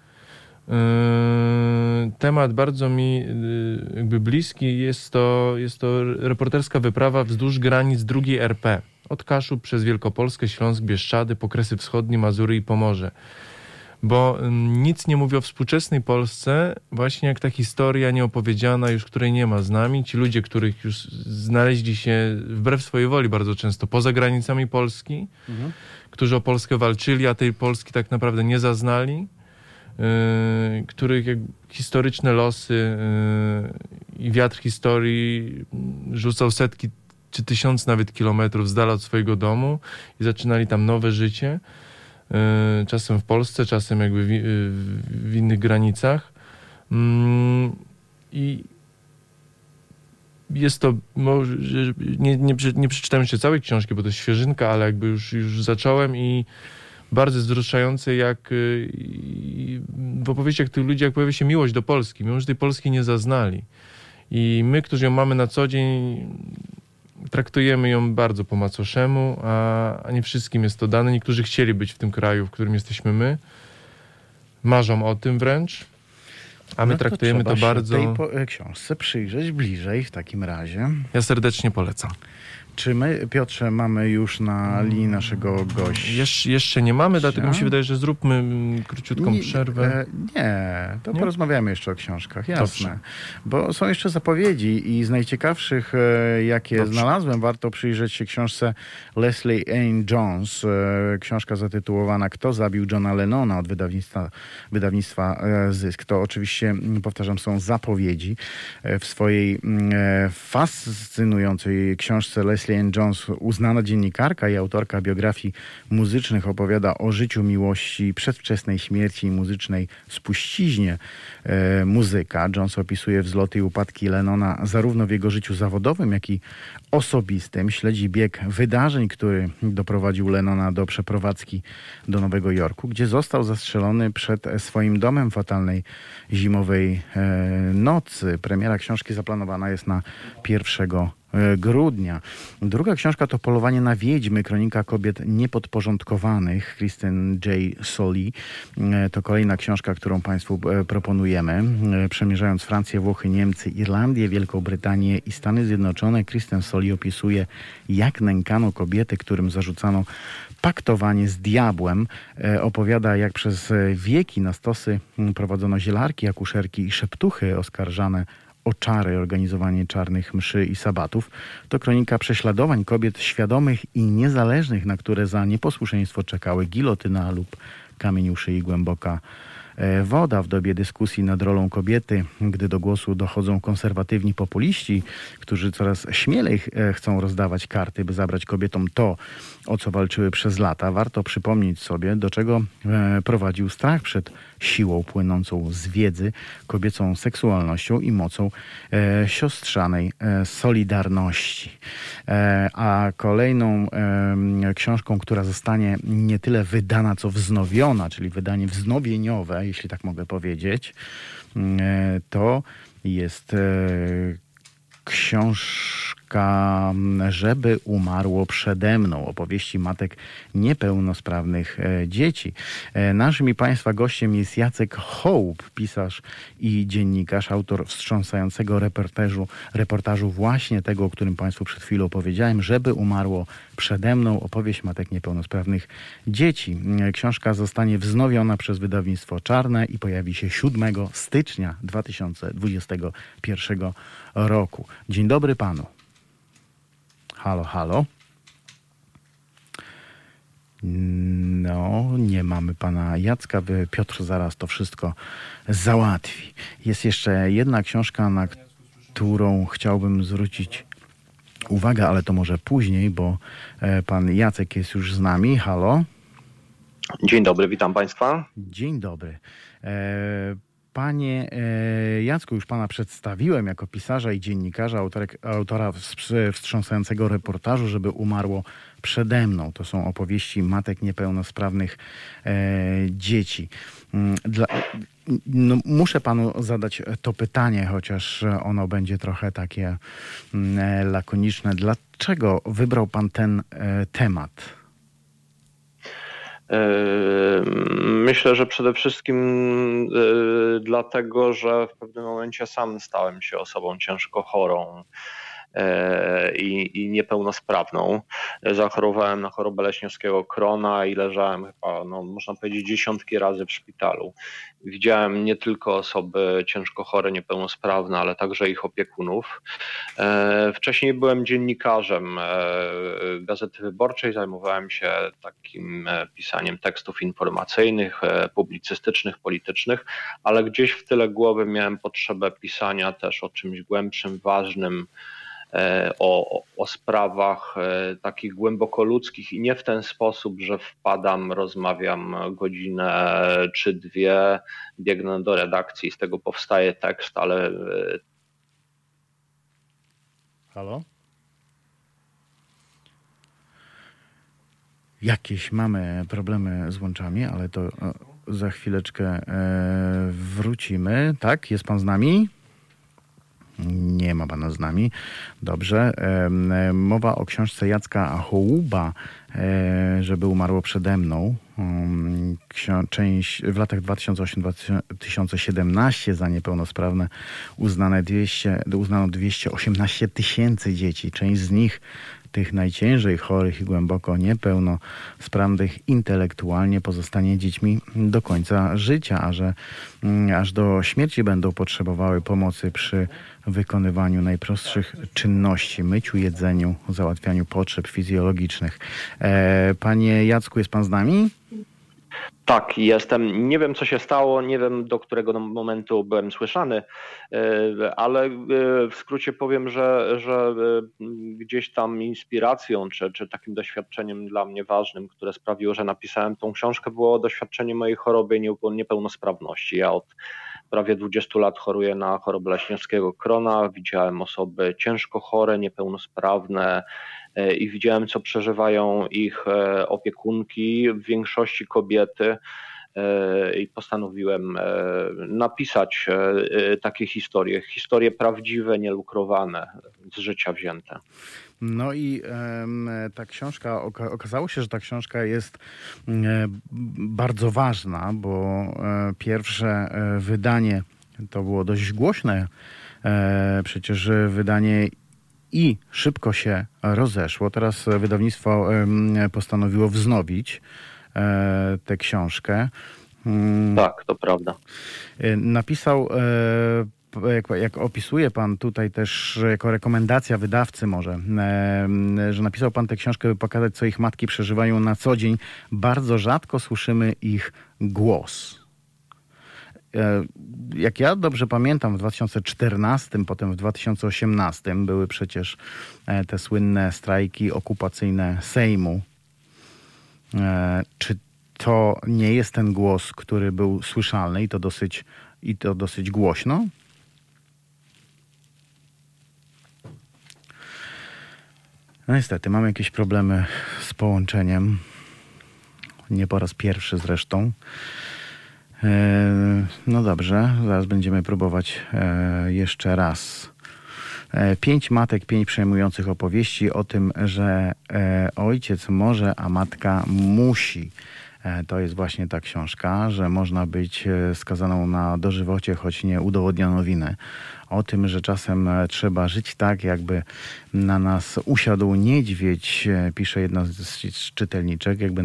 Temat bardzo mi jakby bliski. Jest to reporterska wyprawa wzdłuż granic II RP. Od Kaszub przez Wielkopolskę, Śląsk, Bieszczady, po Kresy Wschodnie, Mazury i Pomorze. Bo nic nie mówi o współczesnej Polsce, właśnie jak ta historia nieopowiedziana, już której nie ma z nami. Ci ludzie, których już znaleźli się wbrew swojej woli bardzo często poza granicami Polski, którzy o Polskę walczyli, a tej Polski tak naprawdę nie zaznali, których historyczne losy i wiatr historii rzucał setki czy 1000 nawet kilometrów z dala od swojego domu i zaczynali tam nowe życie. Czasem w Polsce, czasem jakby w innych granicach. I jest to, może, nie przeczytałem jeszcze całej książki, bo to jest świeżynka, ale jakby już zacząłem i bardzo wzruszające, jak w opowieściach tych ludzi, jak pojawia się miłość do Polski, mimo że tej Polski nie zaznali. I my, którzy ją mamy na co dzień, traktujemy ją bardzo po macoszemu, a nie wszystkim jest to dane. Niektórzy chcieli być w tym kraju, w którym jesteśmy my. Marzą o tym wręcz, a my traktujemy to bardzo... tej książce przyjrzeć bliżej w takim razie. Ja serdecznie polecam. Czy my, Piotrze, mamy już na linii naszego gościa? Jeszcze nie mamy, dlatego mi się wydaje, że zróbmy króciutką przerwę. To porozmawiamy jeszcze o książkach, jasne. Dobrze. Bo są jeszcze zapowiedzi i z najciekawszych, jakie znalazłem, warto przyjrzeć się książce Leslie Ann Jones. Książka zatytułowana Kto zabił Johna Lennona od wydawnictwa Zysk. To oczywiście, powtarzam, są zapowiedzi. W swojej fascynującej książce Leslie Leslie Ann Jones, uznana dziennikarka i autorka biografii muzycznych, opowiada o życiu, miłości, przedwczesnej śmierci i muzycznej spuściźnie muzyka. Jones opisuje wzloty i upadki Lennona zarówno w jego życiu zawodowym, jak i osobistym. Śledzi bieg wydarzeń, który doprowadził Lennona do przeprowadzki do Nowego Jorku, gdzie został zastrzelony przed swoim domem fatalnej zimowej nocy. Premiera książki zaplanowana jest na 1 grudnia. Druga książka to Polowanie na wiedźmy, kronika kobiet niepodporządkowanych, Kristen J. Solly. To kolejna książka, którą Państwu proponujemy. Przemierzając Francję, Włochy, Niemcy, Irlandię, Wielką Brytanię i Stany Zjednoczone, Kristen Solly opisuje, jak nękano kobiety, którym zarzucano paktowanie z diabłem. Opowiada, jak przez wieki na stosy prowadzono zielarki, akuszerki i szeptuchy oskarżane o czary, organizowanie czarnych mszy i sabatów. To kronika prześladowań kobiet świadomych i niezależnych, na które za nieposłuszeństwo czekały gilotyna lub kamień u szyi, głęboka woda. W dobie dyskusji nad rolą kobiety, gdy do głosu dochodzą konserwatywni populiści, którzy coraz śmielej chcą rozdawać karty, by zabrać kobietom to, o co walczyły przez lata, warto przypomnieć sobie, do czego prowadził strach przed siłą płynącą z wiedzy, kobiecą seksualnością i mocą siostrzanej solidarności. A kolejną książką, która zostanie nie tyle wydana, co wznowiona, czyli wydanie wznowieniowe, jeśli tak mogę powiedzieć, to jest książka Żeby umarło przede mną. Opowieści matek niepełnosprawnych dzieci. Naszym i Państwa gościem jest Jacek Hołb, pisarz i dziennikarz, autor wstrząsającego reportażu właśnie tego, o którym Państwu przed chwilą opowiedziałem. Żeby umarło przede mną. Opowieść matek niepełnosprawnych dzieci. Książka zostanie wznowiona przez wydawnictwo Czarne i pojawi się 7 stycznia 2021 roku. Dzień dobry panu. Halo, halo. No, nie mamy pana Jacka. Piotr zaraz to wszystko załatwi. Jest jeszcze jedna książka, na którą chciałbym zwrócić uwagę, ale to może później, bo pan Jacek jest już z nami. Halo. Dzień dobry, witam państwa. Dzień dobry. Panie Jacku, już pana przedstawiłem jako pisarza i dziennikarza, autora wstrząsającego reportażu, Żeby umarło przede mną. To są opowieści matek niepełnosprawnych dzieci. Muszę panu zadać to pytanie, chociaż ono będzie trochę takie lakoniczne. Dlaczego wybrał pan ten temat? Myślę, że przede wszystkim dlatego, że w pewnym momencie sam stałem się osobą ciężko chorą i niepełnosprawną. Zachorowałem na chorobę leśniowskiego Crohna i leżałem chyba, można powiedzieć, dziesiątki razy w szpitalu. Widziałem nie tylko osoby ciężko chore, niepełnosprawne, ale także ich opiekunów. Wcześniej byłem dziennikarzem Gazety Wyborczej, zajmowałem się takim pisaniem tekstów informacyjnych, publicystycznych, politycznych, ale gdzieś w tyle głowy miałem potrzebę pisania też o czymś głębszym, ważnym, o sprawach takich głęboko ludzkich i nie w ten sposób, że wpadam, rozmawiam godzinę czy dwie, biegnę do redakcji i z tego powstaje tekst, ale... Halo? Jakieś mamy problemy z łączami, ale to za chwileczkę wrócimy. Tak? Jest pan z nami? Nie ma pana z nami. Dobrze. Mowa o książce Jacka Hołuba, Żeby umarło przede mną. Część w latach 2008-2017 za niepełnosprawne uznano 218 000 dzieci. Część z nich, tych najciężej chorych i głęboko niepełnosprawnych intelektualnie, pozostanie dziećmi do końca życia, a że aż do śmierci będą potrzebowały pomocy przy wykonywaniu najprostszych czynności, myciu, jedzeniu, załatwianiu potrzeb fizjologicznych. Panie Jacku, jest pan z nami? Tak, jestem. Nie wiem, co się stało, nie wiem, do którego momentu byłem słyszany, ale w skrócie powiem, że gdzieś tam inspiracją czy takim doświadczeniem dla mnie ważnym, które sprawiło, że napisałem tą książkę, było doświadczenie mojej choroby i niepełnosprawności. Ja od prawie 20 lat choruję na chorobę leśniowskiego Crona. Widziałem osoby ciężko chore, niepełnosprawne i widziałem, co przeżywają ich opiekunki, w większości kobiety. I postanowiłem napisać takie historie prawdziwe, nielukrowane, z życia wzięte. No i ta książka, okazało się, że ta książka jest bardzo ważna, bo pierwsze wydanie to było dość głośne. Przecież wydanie i szybko się rozeszło. Teraz wydawnictwo postanowiło wznowić tę książkę. Tak, to prawda. Napisał, jak opisuje pan tutaj też jako rekomendacja wydawcy może, że napisał pan tę książkę, by pokazać, co ich matki przeżywają na co dzień. Bardzo rzadko słyszymy ich głos. Jak ja dobrze pamiętam, w 2014, potem w 2018 były przecież te słynne strajki okupacyjne Sejmu. Czy to nie jest ten głos, który był słyszalny i to dosyć głośno? No niestety, mamy jakieś problemy z połączeniem. Nie po raz pierwszy zresztą. No dobrze, zaraz będziemy próbować jeszcze raz. 5 matek, 5 przejmujących opowieści o tym, że ojciec może, a matka musi. To jest właśnie ta książka, że można być skazaną na dożywocie, choć nie udowodniono winy. O tym, że czasem trzeba żyć tak, jakby na nas usiadł niedźwiedź, pisze jedna z czytelniczek, jakby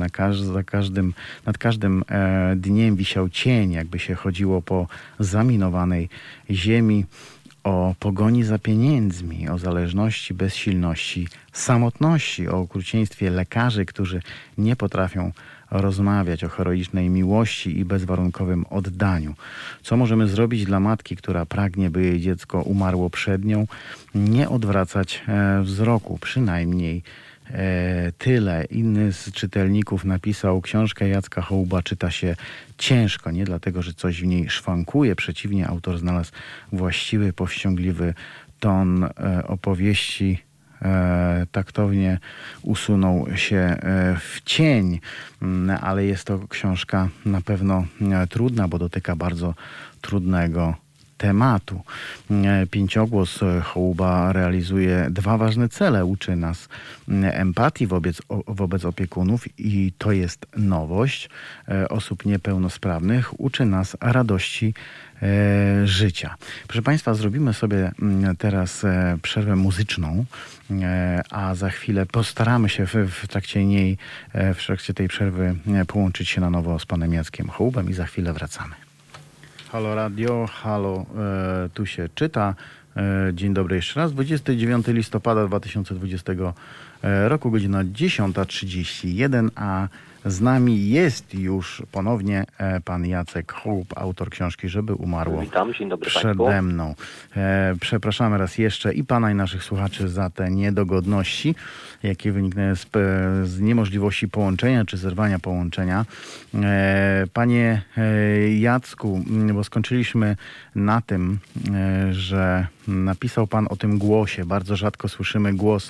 nad każdym dniem wisiał cień, jakby się chodziło po zaminowanej ziemi. O pogoni za pieniędzmi, o zależności, bezsilności, samotności, o okrucieństwie lekarzy, którzy nie potrafią rozmawiać, o heroicznej miłości i bezwarunkowym oddaniu. Co możemy zrobić dla matki, która pragnie, by jej dziecko umarło przed nią? Nie odwracać wzroku, przynajmniej tyle. Inny z czytelników napisał: książkę Jacka Hołuba czyta się ciężko, nie dlatego, że coś w niej szwankuje. Przeciwnie, autor znalazł właściwy, powściągliwy ton opowieści. Taktownie usunął się w cień, ale jest to książka na pewno trudna, bo dotyka bardzo trudnego tematu. Pięciogłos Hołuba realizuje 2 ważne cele. Uczy nas empatii wobec opiekunów i to jest nowość osób niepełnosprawnych. Uczy nas radości życia. Proszę Państwa, zrobimy sobie teraz przerwę muzyczną, a za chwilę postaramy się w trakcie tej przerwy połączyć się na nowo z panem Jackiem Hołubem i za chwilę wracamy. Halo Radio, halo, tu się czyta. Dzień dobry jeszcze raz. 29 listopada 2020 roku, godzina 10:31, a z nami jest już ponownie pan Jacek Hołub, autor książki Żeby umarło. Witam, dzień dobry przede mną. Przepraszamy raz jeszcze i pana, i naszych słuchaczy za te niedogodności, jakie wyniknęły z niemożliwości połączenia czy zerwania połączenia. Panie Jacku, bo skończyliśmy na tym, że napisał pan o tym głosie. Bardzo rzadko słyszymy głos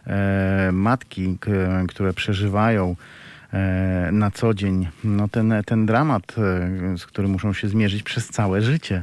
matki, które przeżywają na co dzień ten dramat, z którym muszą się zmierzyć przez całe życie.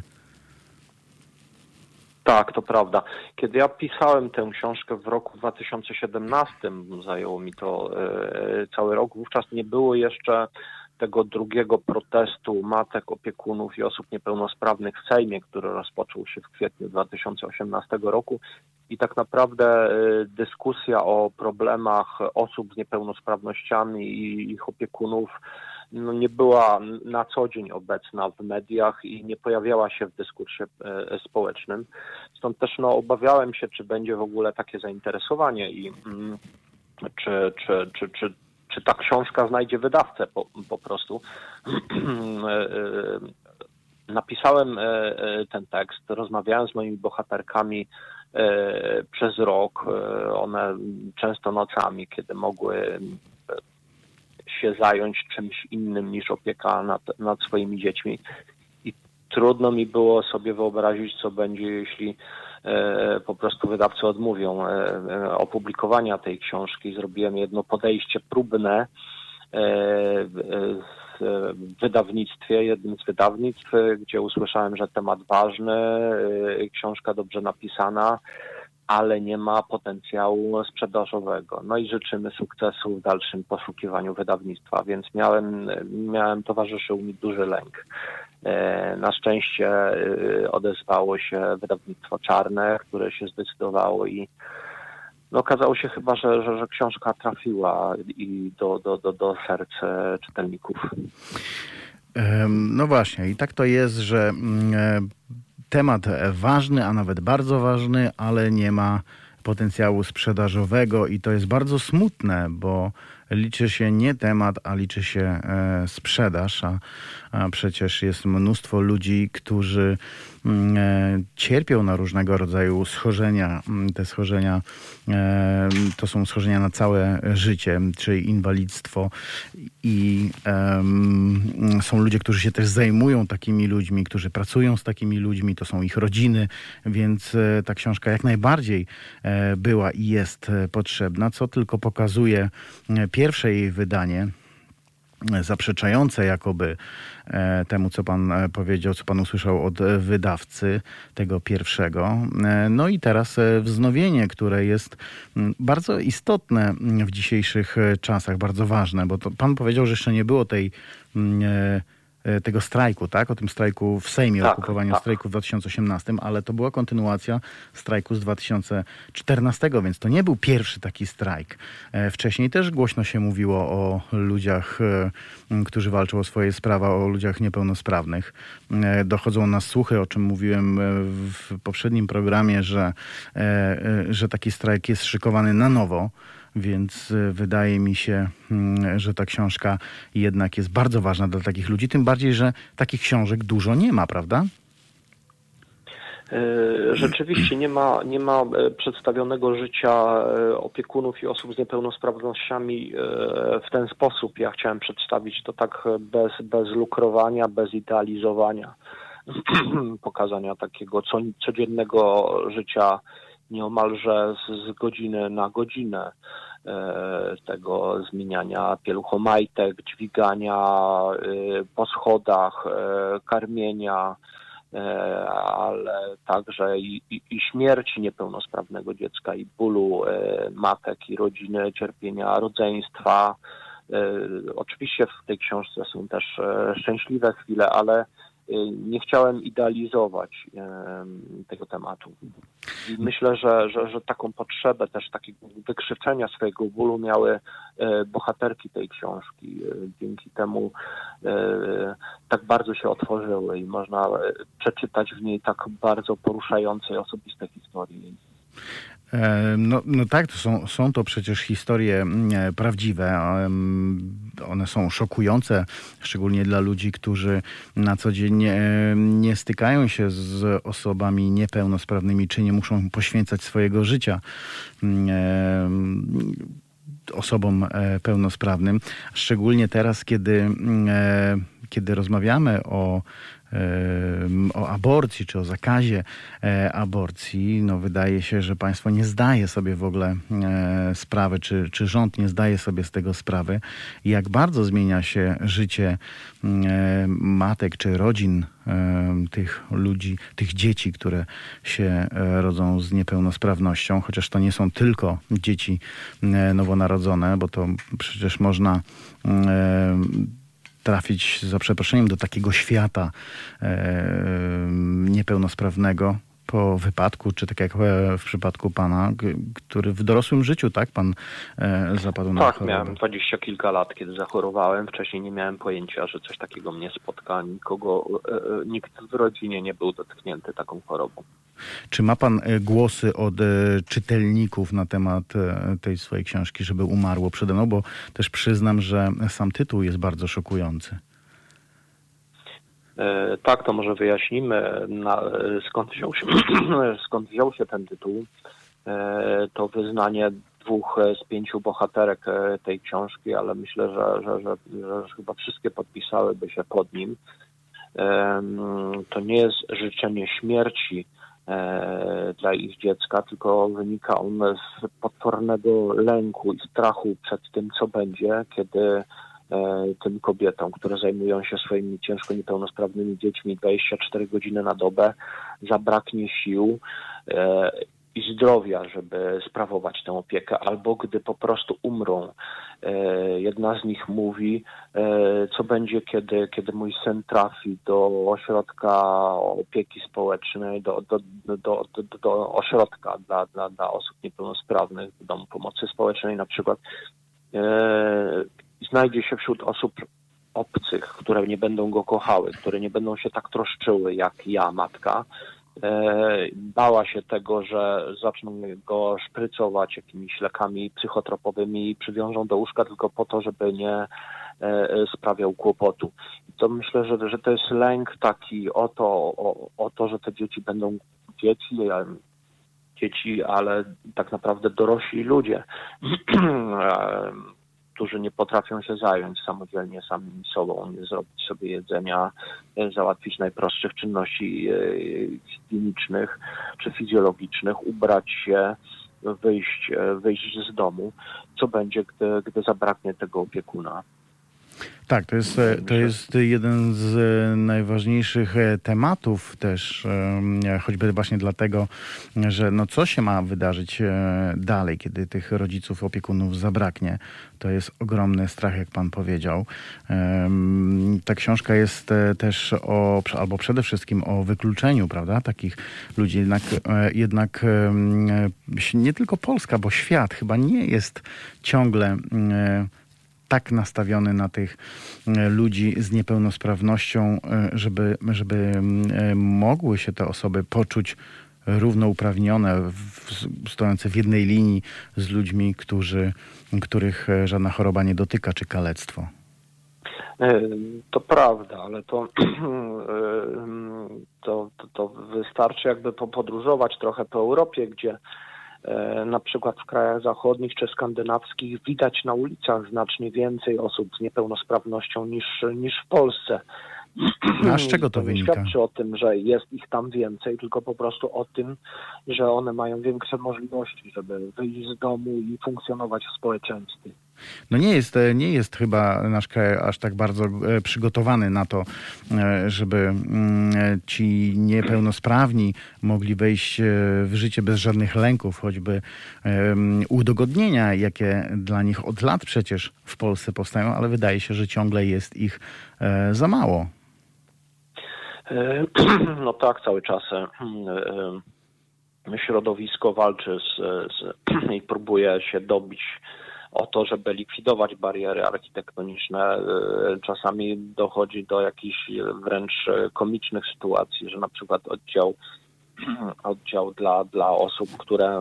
Tak, to prawda. Kiedy ja pisałem tę książkę w roku 2017, zajęło mi to cały rok, wówczas nie było jeszcze tego drugiego protestu matek, opiekunów i osób niepełnosprawnych w Sejmie, który rozpoczął się w kwietniu 2018 roku. I tak naprawdę dyskusja o problemach osób z niepełnosprawnościami i ich opiekunów nie była na co dzień obecna w mediach i nie pojawiała się w dyskursie społecznym. Stąd też obawiałem się, czy będzie w ogóle takie zainteresowanie i czy czy ta książka znajdzie wydawcę po prostu. Napisałem ten tekst, rozmawiałem z moimi bohaterkami przez rok. One często nocami, kiedy mogły się zająć czymś innym niż opieka nad swoimi dziećmi. I trudno mi było sobie wyobrazić, co będzie, jeśli po prostu wydawcy odmówią opublikowania tej książki. Zrobiłem jedno podejście próbne w wydawnictwie, jednym z wydawnictw, gdzie usłyszałem, że temat ważny, książka dobrze napisana, ale nie ma potencjału sprzedażowego. No i życzymy sukcesu w dalszym poszukiwaniu wydawnictwa, więc towarzyszył mi duży lęk. Na szczęście odezwało się wydawnictwo Czarne, które się zdecydowało i okazało się chyba, że książka trafiła i do serc czytelników. No właśnie, i tak to jest, że temat ważny, a nawet bardzo ważny, ale nie ma potencjału sprzedażowego i to jest bardzo smutne, bo liczy się nie temat, a liczy się sprzedaż, a przecież jest mnóstwo ludzi, którzy cierpią na różnego rodzaju schorzenia. Te schorzenia to są schorzenia na całe życie, czyli inwalidztwo i są ludzie, którzy się też zajmują takimi ludźmi, którzy pracują z takimi ludźmi, to są ich rodziny, więc ta książka jak najbardziej była i jest potrzebna, co tylko pokazuje pierwsze jej wydanie, zaprzeczające jakoby temu, co pan powiedział, co pan usłyszał od wydawcy tego pierwszego. No i teraz wznowienie, które jest bardzo istotne w dzisiejszych czasach, bardzo ważne, bo to pan powiedział, że jeszcze nie było tego strajku, tak? O tym strajku w Sejmie, tak, okupowaniu tak. strajku w 2018, ale to była kontynuacja strajku z 2014, więc to nie był pierwszy taki strajk. Wcześniej też głośno się mówiło o ludziach, którzy walczą o swoje sprawy, o ludziach niepełnosprawnych. Dochodzą nas słuchy, o czym mówiłem w poprzednim programie, że taki strajk jest szykowany na nowo. Więc wydaje mi się, że ta książka jednak jest bardzo ważna dla takich ludzi, tym bardziej, że takich książek dużo nie ma, prawda? Rzeczywiście nie ma przedstawionego życia opiekunów i osób z niepełnosprawnościami w ten sposób. Ja chciałem przedstawić to tak bez lukrowania, bez idealizowania, pokazania takiego codziennego życia nieomalże z godziny na godzinę, tego zmieniania pieluchomajtek, dźwigania po schodach, karmienia, ale także i śmierci niepełnosprawnego dziecka, i bólu matek, i rodziny, cierpienia rodzeństwa. Oczywiście w tej książce są też szczęśliwe chwile, ale nie chciałem idealizować tego tematu. I myślę, że taką potrzebę też takiego wykrzyczenia swojego bólu miały bohaterki tej książki. Dzięki temu tak bardzo się otworzyły i można przeczytać w niej tak bardzo poruszające i osobiste historie. No tak, są to przecież historie prawdziwe. One są szokujące, szczególnie dla ludzi, którzy na co dzień nie stykają się z osobami niepełnosprawnymi, czy nie muszą poświęcać swojego życia osobom pełnosprawnym. Szczególnie teraz, kiedy rozmawiamy o aborcji, czy o zakazie aborcji, no wydaje się, że państwo nie zdaje sobie w ogóle sprawy, czy rząd nie zdaje sobie z tego sprawy, jak bardzo zmienia się życie matek, czy rodzin tych ludzi, tych dzieci, które się rodzą z niepełnosprawnością, chociaż to nie są tylko dzieci nowonarodzone, bo to przecież można trafić, za przeproszeniem, do takiego świata niepełnosprawnego po wypadku, czy tak jak w przypadku pana, który w dorosłym życiu, tak, pan zapadł na chorobę. Tak, miałem 20 kilka lat, kiedy zachorowałem. Wcześniej nie miałem pojęcia, że coś takiego mnie spotka. Nikt w rodzinie nie był dotknięty taką chorobą. Czy ma pan głosy od czytelników na temat tej swojej książki, żeby umarło przede mną? Bo też przyznam, że sam tytuł jest bardzo szokujący. Tak, to może wyjaśnimy, skąd wziął się ten tytuł. To wyznanie 2 z 5 bohaterek tej książki, ale myślę, że chyba wszystkie podpisałyby się pod nim. To nie jest życzenie śmierci dla ich dziecka, tylko wynika on z potwornego lęku i strachu przed tym, co będzie, kiedy tym kobietom, które zajmują się swoimi ciężko niepełnosprawnymi dziećmi 24 godziny na dobę, zabraknie sił i zdrowia, żeby sprawować tę opiekę, albo gdy po prostu umrą. Jedna z nich mówi, co będzie, kiedy mój syn trafi do ośrodka opieki społecznej, do ośrodka dla osób niepełnosprawnych, do domu pomocy społecznej na przykład. Znajdzie się wśród osób obcych, które nie będą go kochały, które nie będą się tak troszczyły jak ja, matka. Bała się tego, że zaczną go szprycować jakimiś lekami psychotropowymi i przywiążą do łóżka tylko po to, żeby nie sprawiał kłopotu. I to myślę, że to jest lęk taki o to, że te dzieci będą dzieci, ale tak naprawdę dorośli ludzie, którzy nie potrafią się zająć samodzielnie samymi sobą, nie zrobić sobie jedzenia, załatwić najprostszych czynności higienicznych czy fizjologicznych, ubrać się, wyjść z domu. Co będzie, gdy zabraknie tego opiekuna? Tak, to jest jeden z najważniejszych tematów też, choćby właśnie dlatego, że no co się ma wydarzyć dalej, kiedy tych rodziców, opiekunów zabraknie. To jest ogromny strach, jak pan powiedział. Ta książka jest też albo przede wszystkim o wykluczeniu, prawda, takich ludzi. Jednak nie tylko Polska, bo świat chyba nie jest ciągle tak nastawiony na tych ludzi z niepełnosprawnością, żeby mogły się te osoby poczuć równouprawnione, stojące w jednej linii z ludźmi, których żadna choroba nie dotyka, czy kalectwo. To prawda, ale to wystarczy jakby podróżować trochę po Europie, gdzie na przykład w krajach zachodnich czy skandynawskich widać na ulicach znacznie więcej osób z niepełnosprawnością niż w Polsce. A z czego to wynika? Nie świadczy o tym, że jest ich tam więcej, tylko po prostu o tym, że one mają większe możliwości, żeby wyjść z domu i funkcjonować w społeczeństwie. No nie jest chyba nasz kraj aż tak bardzo przygotowany na to, żeby ci niepełnosprawni mogli wejść w życie bez żadnych lęków, choćby udogodnienia, jakie dla nich od lat przecież w Polsce powstają, ale wydaje się, że ciągle jest ich za mało. No tak, cały czas środowisko walczy i próbuje się dobić o to, żeby likwidować bariery architektoniczne. Czasami dochodzi do jakichś wręcz komicznych sytuacji, że na przykład oddział dla osób, które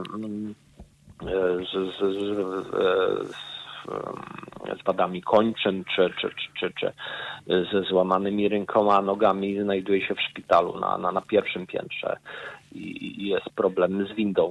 z wadami kończyn czy ze złamanymi rękoma, nogami znajduje się w szpitalu na pierwszym piętrze i jest problem z windą.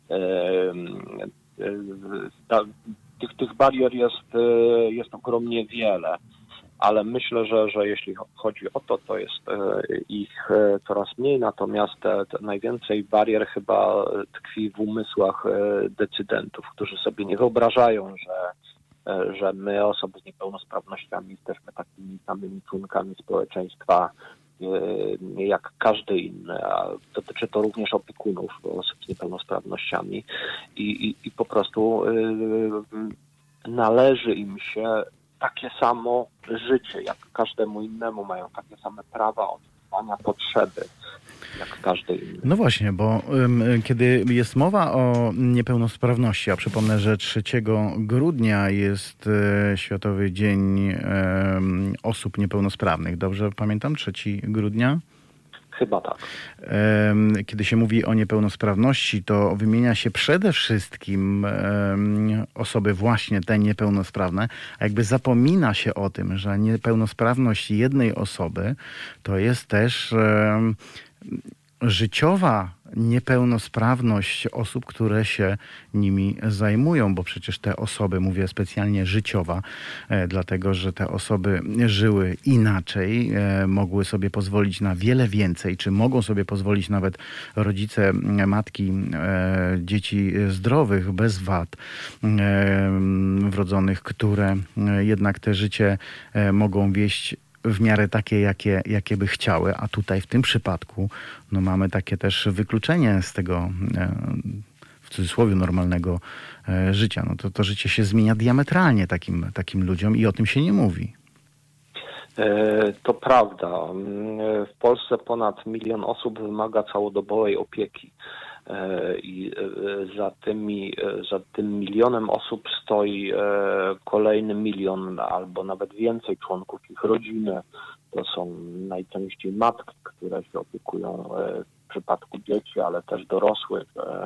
Tych barier jest ogromnie wiele, ale myślę, że jeśli chodzi o to jest ich coraz mniej, natomiast najwięcej barier chyba tkwi w umysłach decydentów, którzy sobie nie wyobrażają, że my, osoby z niepełnosprawnościami, jesteśmy takimi samymi członkami społeczeństwa jak każdy inny, a dotyczy to również opiekunów osób z niepełnosprawnościami i po prostu należy im się takie samo życie, jak każdemu innemu, mają takie same prawa, oczekiwania, potrzeby, jak każdy inny. No właśnie, bo kiedy jest mowa o niepełnosprawności, a przypomnę, że 3 grudnia jest Światowy Dzień Osób Niepełnosprawnych. Dobrze pamiętam? 3 grudnia? Chyba tak. Kiedy się mówi o niepełnosprawności, to wymienia się przede wszystkim osoby właśnie te niepełnosprawne, a jakby zapomina się o tym, że niepełnosprawność jednej osoby to jest też życiowa niepełnosprawność osób, które się nimi zajmują, bo przecież te osoby, mówię specjalnie życiowa, dlatego że te osoby żyły inaczej, mogły sobie pozwolić na wiele więcej, czy mogą sobie pozwolić nawet rodzice, matki dzieci zdrowych, bez wad wrodzonych, które jednak te życie mogą wieść w miarę takie, jakie by chciały, a tutaj w tym przypadku no, mamy takie też wykluczenie z tego, w cudzysłowie, normalnego życia. No to życie się zmienia diametralnie takim ludziom i o tym się nie mówi. To prawda. W Polsce ponad 1 milion osób wymaga całodobowej opieki. I za tym milionem osób stoi kolejny milion albo nawet więcej członków ich rodziny. To są najczęściej matki, które się opiekują w przypadku dzieci, ale też dorosłych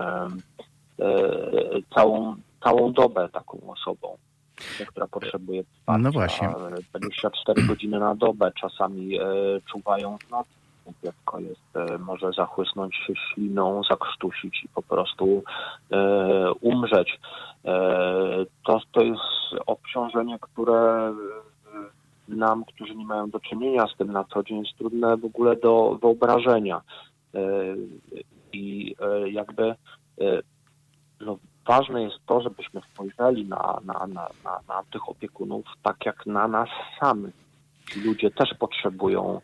całą dobę taką osobą, która potrzebuje wsparcia. No właśnie. 24 godziny na dobę, czasami czuwają w nocy. Dziecko może zachłysnąć się śliną, zakrztusić i po prostu umrzeć. To jest obciążenie, które nam, którzy nie mają do czynienia z tym na co dzień, jest trudne w ogóle do wyobrażenia. I jakby ważne jest to, żebyśmy spojrzeli na tych opiekunów tak jak na nas samych. Ci ludzie też potrzebują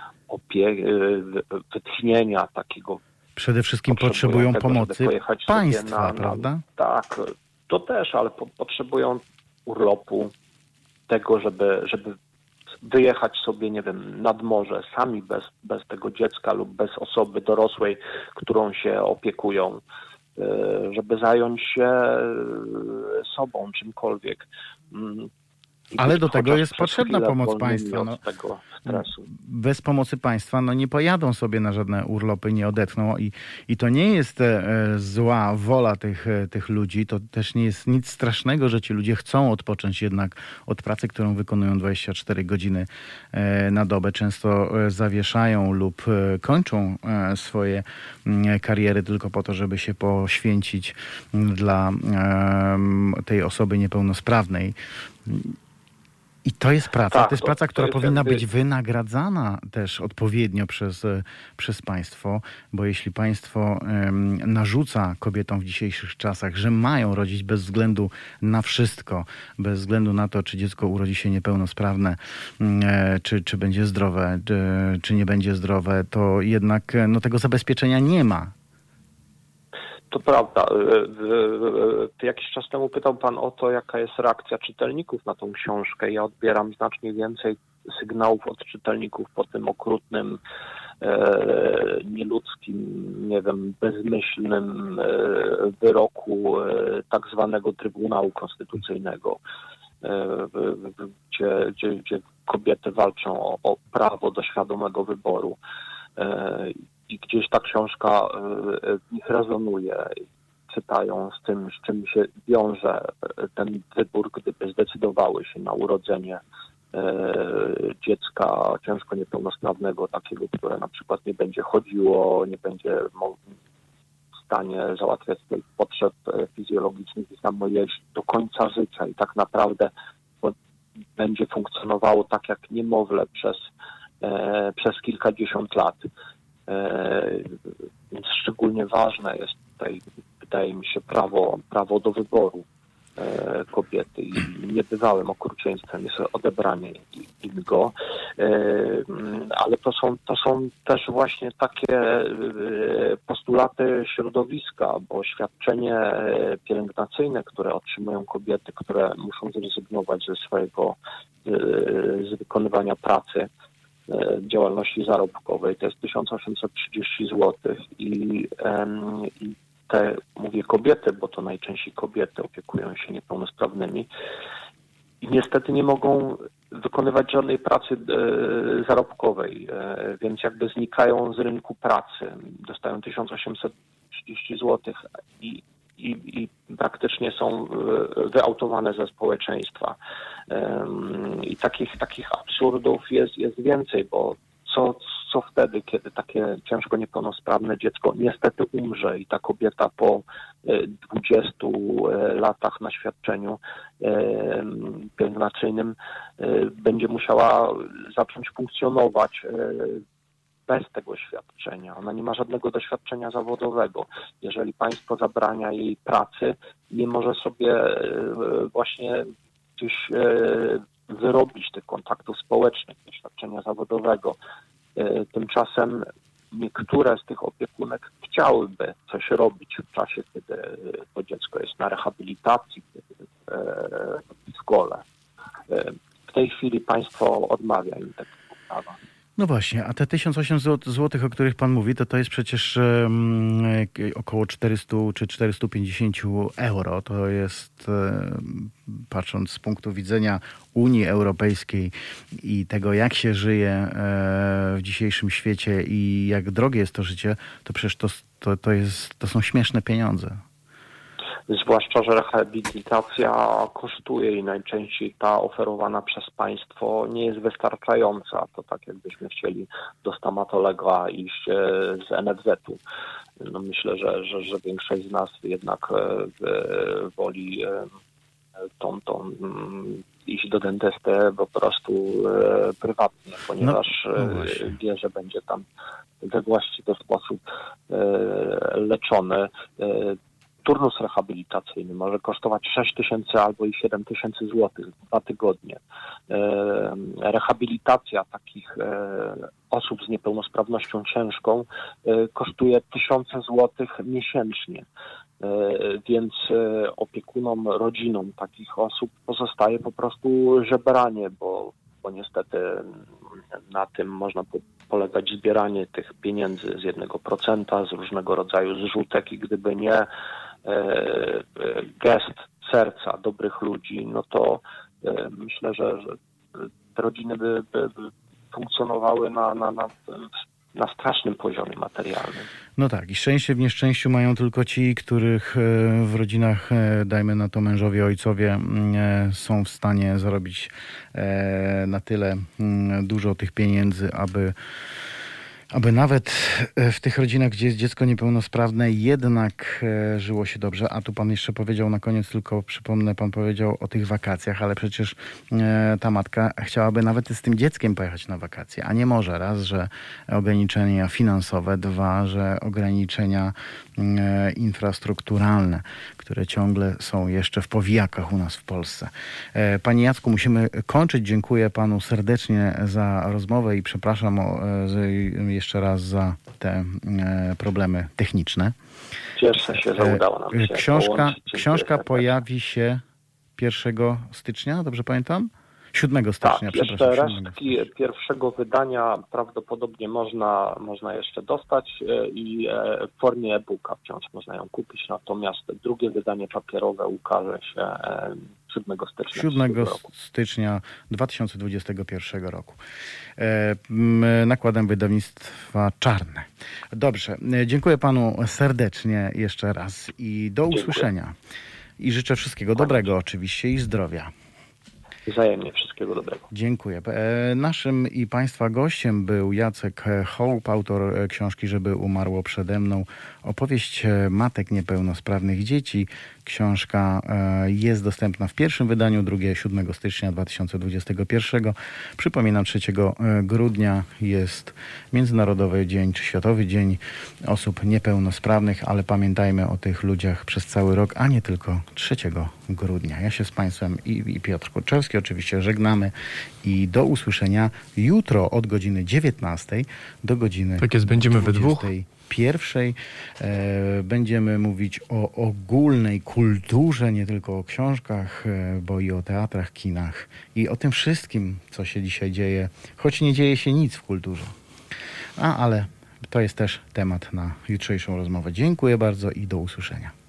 wytchnienia takiego. Przede wszystkim potrzebują pomocy państwa, prawda? Tak, to też, ale potrzebują urlopu, tego, żeby wyjechać sobie, nie wiem, nad morze sami bez tego dziecka lub bez osoby dorosłej, którą się opiekują, żeby zająć się sobą, czymkolwiek. Ale do tego jest potrzebna pomoc państwa. No, tego stresu. Bez pomocy państwa nie pojadą sobie na żadne urlopy, nie odetchną i to nie jest zła wola tych ludzi, to też nie jest nic strasznego, że ci ludzie chcą odpocząć jednak od pracy, którą wykonują 24 godziny na dobę. Często zawieszają lub kończą swoje kariery tylko po to, żeby się poświęcić dla tej osoby niepełnosprawnej. I to jest praca, to jest praca, która powinna być wynagradzana też odpowiednio przez państwo, bo jeśli państwo narzuca kobietom w dzisiejszych czasach, że mają rodzić bez względu na wszystko, bez względu na to, czy dziecko urodzi się niepełnosprawne, czy będzie zdrowe, czy nie będzie zdrowe, to jednak tego zabezpieczenia nie ma. To prawda. Jakiś czas temu pytał pan o to, jaka jest reakcja czytelników na tą książkę. Ja odbieram znacznie więcej sygnałów od czytelników po tym okrutnym, nieludzkim, nie wiem, bezmyślnym wyroku tak zwanego Trybunału Konstytucyjnego, gdzie kobiety walczą o prawo do świadomego wyboru. I gdzieś ta książka w nich rezonuje, czytają z tym, z czym się wiąże ten wybór, gdyby zdecydowały się na urodzenie dziecka ciężko niepełnosprawnego, takiego, które na przykład nie będzie chodziło, nie będzie w stanie załatwiać swoich potrzeb fizjologicznych i samo jeść do końca życia i tak naprawdę będzie funkcjonowało tak jak niemowlę przez kilkadziesiąt lat. Więc szczególnie ważne jest tutaj, wydaje mi się, prawo do wyboru kobiety i niebywałym okrucieństwem jest odebranie im go. Ale to są też właśnie takie postulaty środowiska, bo świadczenie pielęgnacyjne, które otrzymują kobiety, które muszą zrezygnować z wykonywania pracy, działalności zarobkowej, to jest 1830 zł i te, mówię kobiety, bo to najczęściej kobiety opiekują się niepełnosprawnymi, i niestety nie mogą wykonywać żadnej pracy zarobkowej, więc jakby znikają z rynku pracy. Dostają 1830 zł i praktycznie są wyautowane ze społeczeństwa. I takich absurdów jest więcej, bo co wtedy, kiedy takie ciężko niepełnosprawne dziecko niestety umrze i ta kobieta po 20 latach na świadczeniu pielęgnacyjnym będzie musiała zacząć funkcjonować bez tego świadczenia. Ona nie ma żadnego doświadczenia zawodowego. Jeżeli państwo zabrania jej pracy, nie może sobie właśnie gdzieś wyrobić tych kontaktów społecznych, doświadczenia zawodowego. Tymczasem niektóre z tych opiekunek chciałyby coś robić w czasie, kiedy to dziecko jest na rehabilitacji, kiedy w szkole. W tej chwili państwo odmawia im takiego prawa. No właśnie, a te 1800 zł, o których pan mówi, to jest przecież około 400 czy 450 euro. To jest, patrząc z punktu widzenia Unii Europejskiej i tego, jak się żyje w dzisiejszym świecie i jak drogie jest to życie, to przecież to są śmieszne pieniądze. Zwłaszcza, że rehabilitacja kosztuje i najczęściej ta oferowana przez państwo nie jest wystarczająca. To tak jakbyśmy chcieli do stomatologa iść z NFZ-u. No myślę, że większość z nas jednak woli iść do dentysty po prostu prywatnie, ponieważ wie, że będzie tam we właściwy sposób leczony. Turnus rehabilitacyjny może kosztować 6 000 albo i 7 000 złotych 2 tygodnie. Rehabilitacja takich osób z niepełnosprawnością ciężką kosztuje 1000 złotych miesięcznie. Więc opiekunom, rodzinom takich osób pozostaje po prostu żebranie, bo niestety na tym można polegać zbieranie tych pieniędzy z 1%, z różnego rodzaju zrzutek i gdyby nie gest serca dobrych ludzi, no to myślę, że te rodziny by funkcjonowały na strasznym poziomie materialnym. No tak, i szczęście w nieszczęściu mają tylko ci, których w rodzinach, dajmy na to mężowie, ojcowie, są w stanie zarobić na tyle dużo tych pieniędzy, aby nawet w tych rodzinach, gdzie jest dziecko niepełnosprawne, jednak żyło się dobrze. A tu pan jeszcze powiedział na koniec, tylko przypomnę, pan powiedział o tych wakacjach, ale przecież ta matka chciałaby nawet z tym dzieckiem pojechać na wakacje, a nie może. Raz, że ograniczenia finansowe, dwa, że ograniczenia infrastrukturalne, które ciągle są jeszcze w powijakach u nas w Polsce. Panie Jacku, musimy kończyć. Dziękuję panu serdecznie za rozmowę i przepraszam jeszcze raz za te problemy techniczne. Cieszę się, że udało nam się Książka pojawi się 1 stycznia, dobrze pamiętam? 7 stycznia, tak, jeszcze resztki pierwszego wydania prawdopodobnie można jeszcze dostać i w formie e-booka wciąż można ją kupić, natomiast drugie wydanie papierowe ukaże się 7 stycznia. 7 stycznia 2021 roku. Nakładem wydawnictwa Czarne. Dobrze, dziękuję panu serdecznie jeszcze raz i do usłyszenia. I życzę wszystkiego dobrego oczywiście i zdrowia. Wzajemnie wszystkiego dobrego. Dziękuję. Naszym i państwa gościem był Jacek Hołb, autor książki Żeby umarło przede mną. Opowieść matek niepełnosprawnych dzieci. Książka jest dostępna w pierwszym wydaniu, drugie 7 stycznia 2021. Przypominam, 3 grudnia jest Międzynarodowy Dzień czy Światowy Dzień Osób Niepełnosprawnych, ale pamiętajmy o tych ludziach przez cały rok, a nie tylko 3 grudnia. Ja się z państwem i Piotr Kurczewski oczywiście żegnamy i do usłyszenia jutro od godziny 19 do godziny tak jest, będziemy we dwóch. Pierwszej będziemy mówić o ogólnej kulturze, nie tylko o książkach, bo i o teatrach, kinach i o tym wszystkim, co się dzisiaj dzieje, choć nie dzieje się nic w kulturze. Ale to jest też temat na jutrzejszą rozmowę. Dziękuję bardzo i do usłyszenia.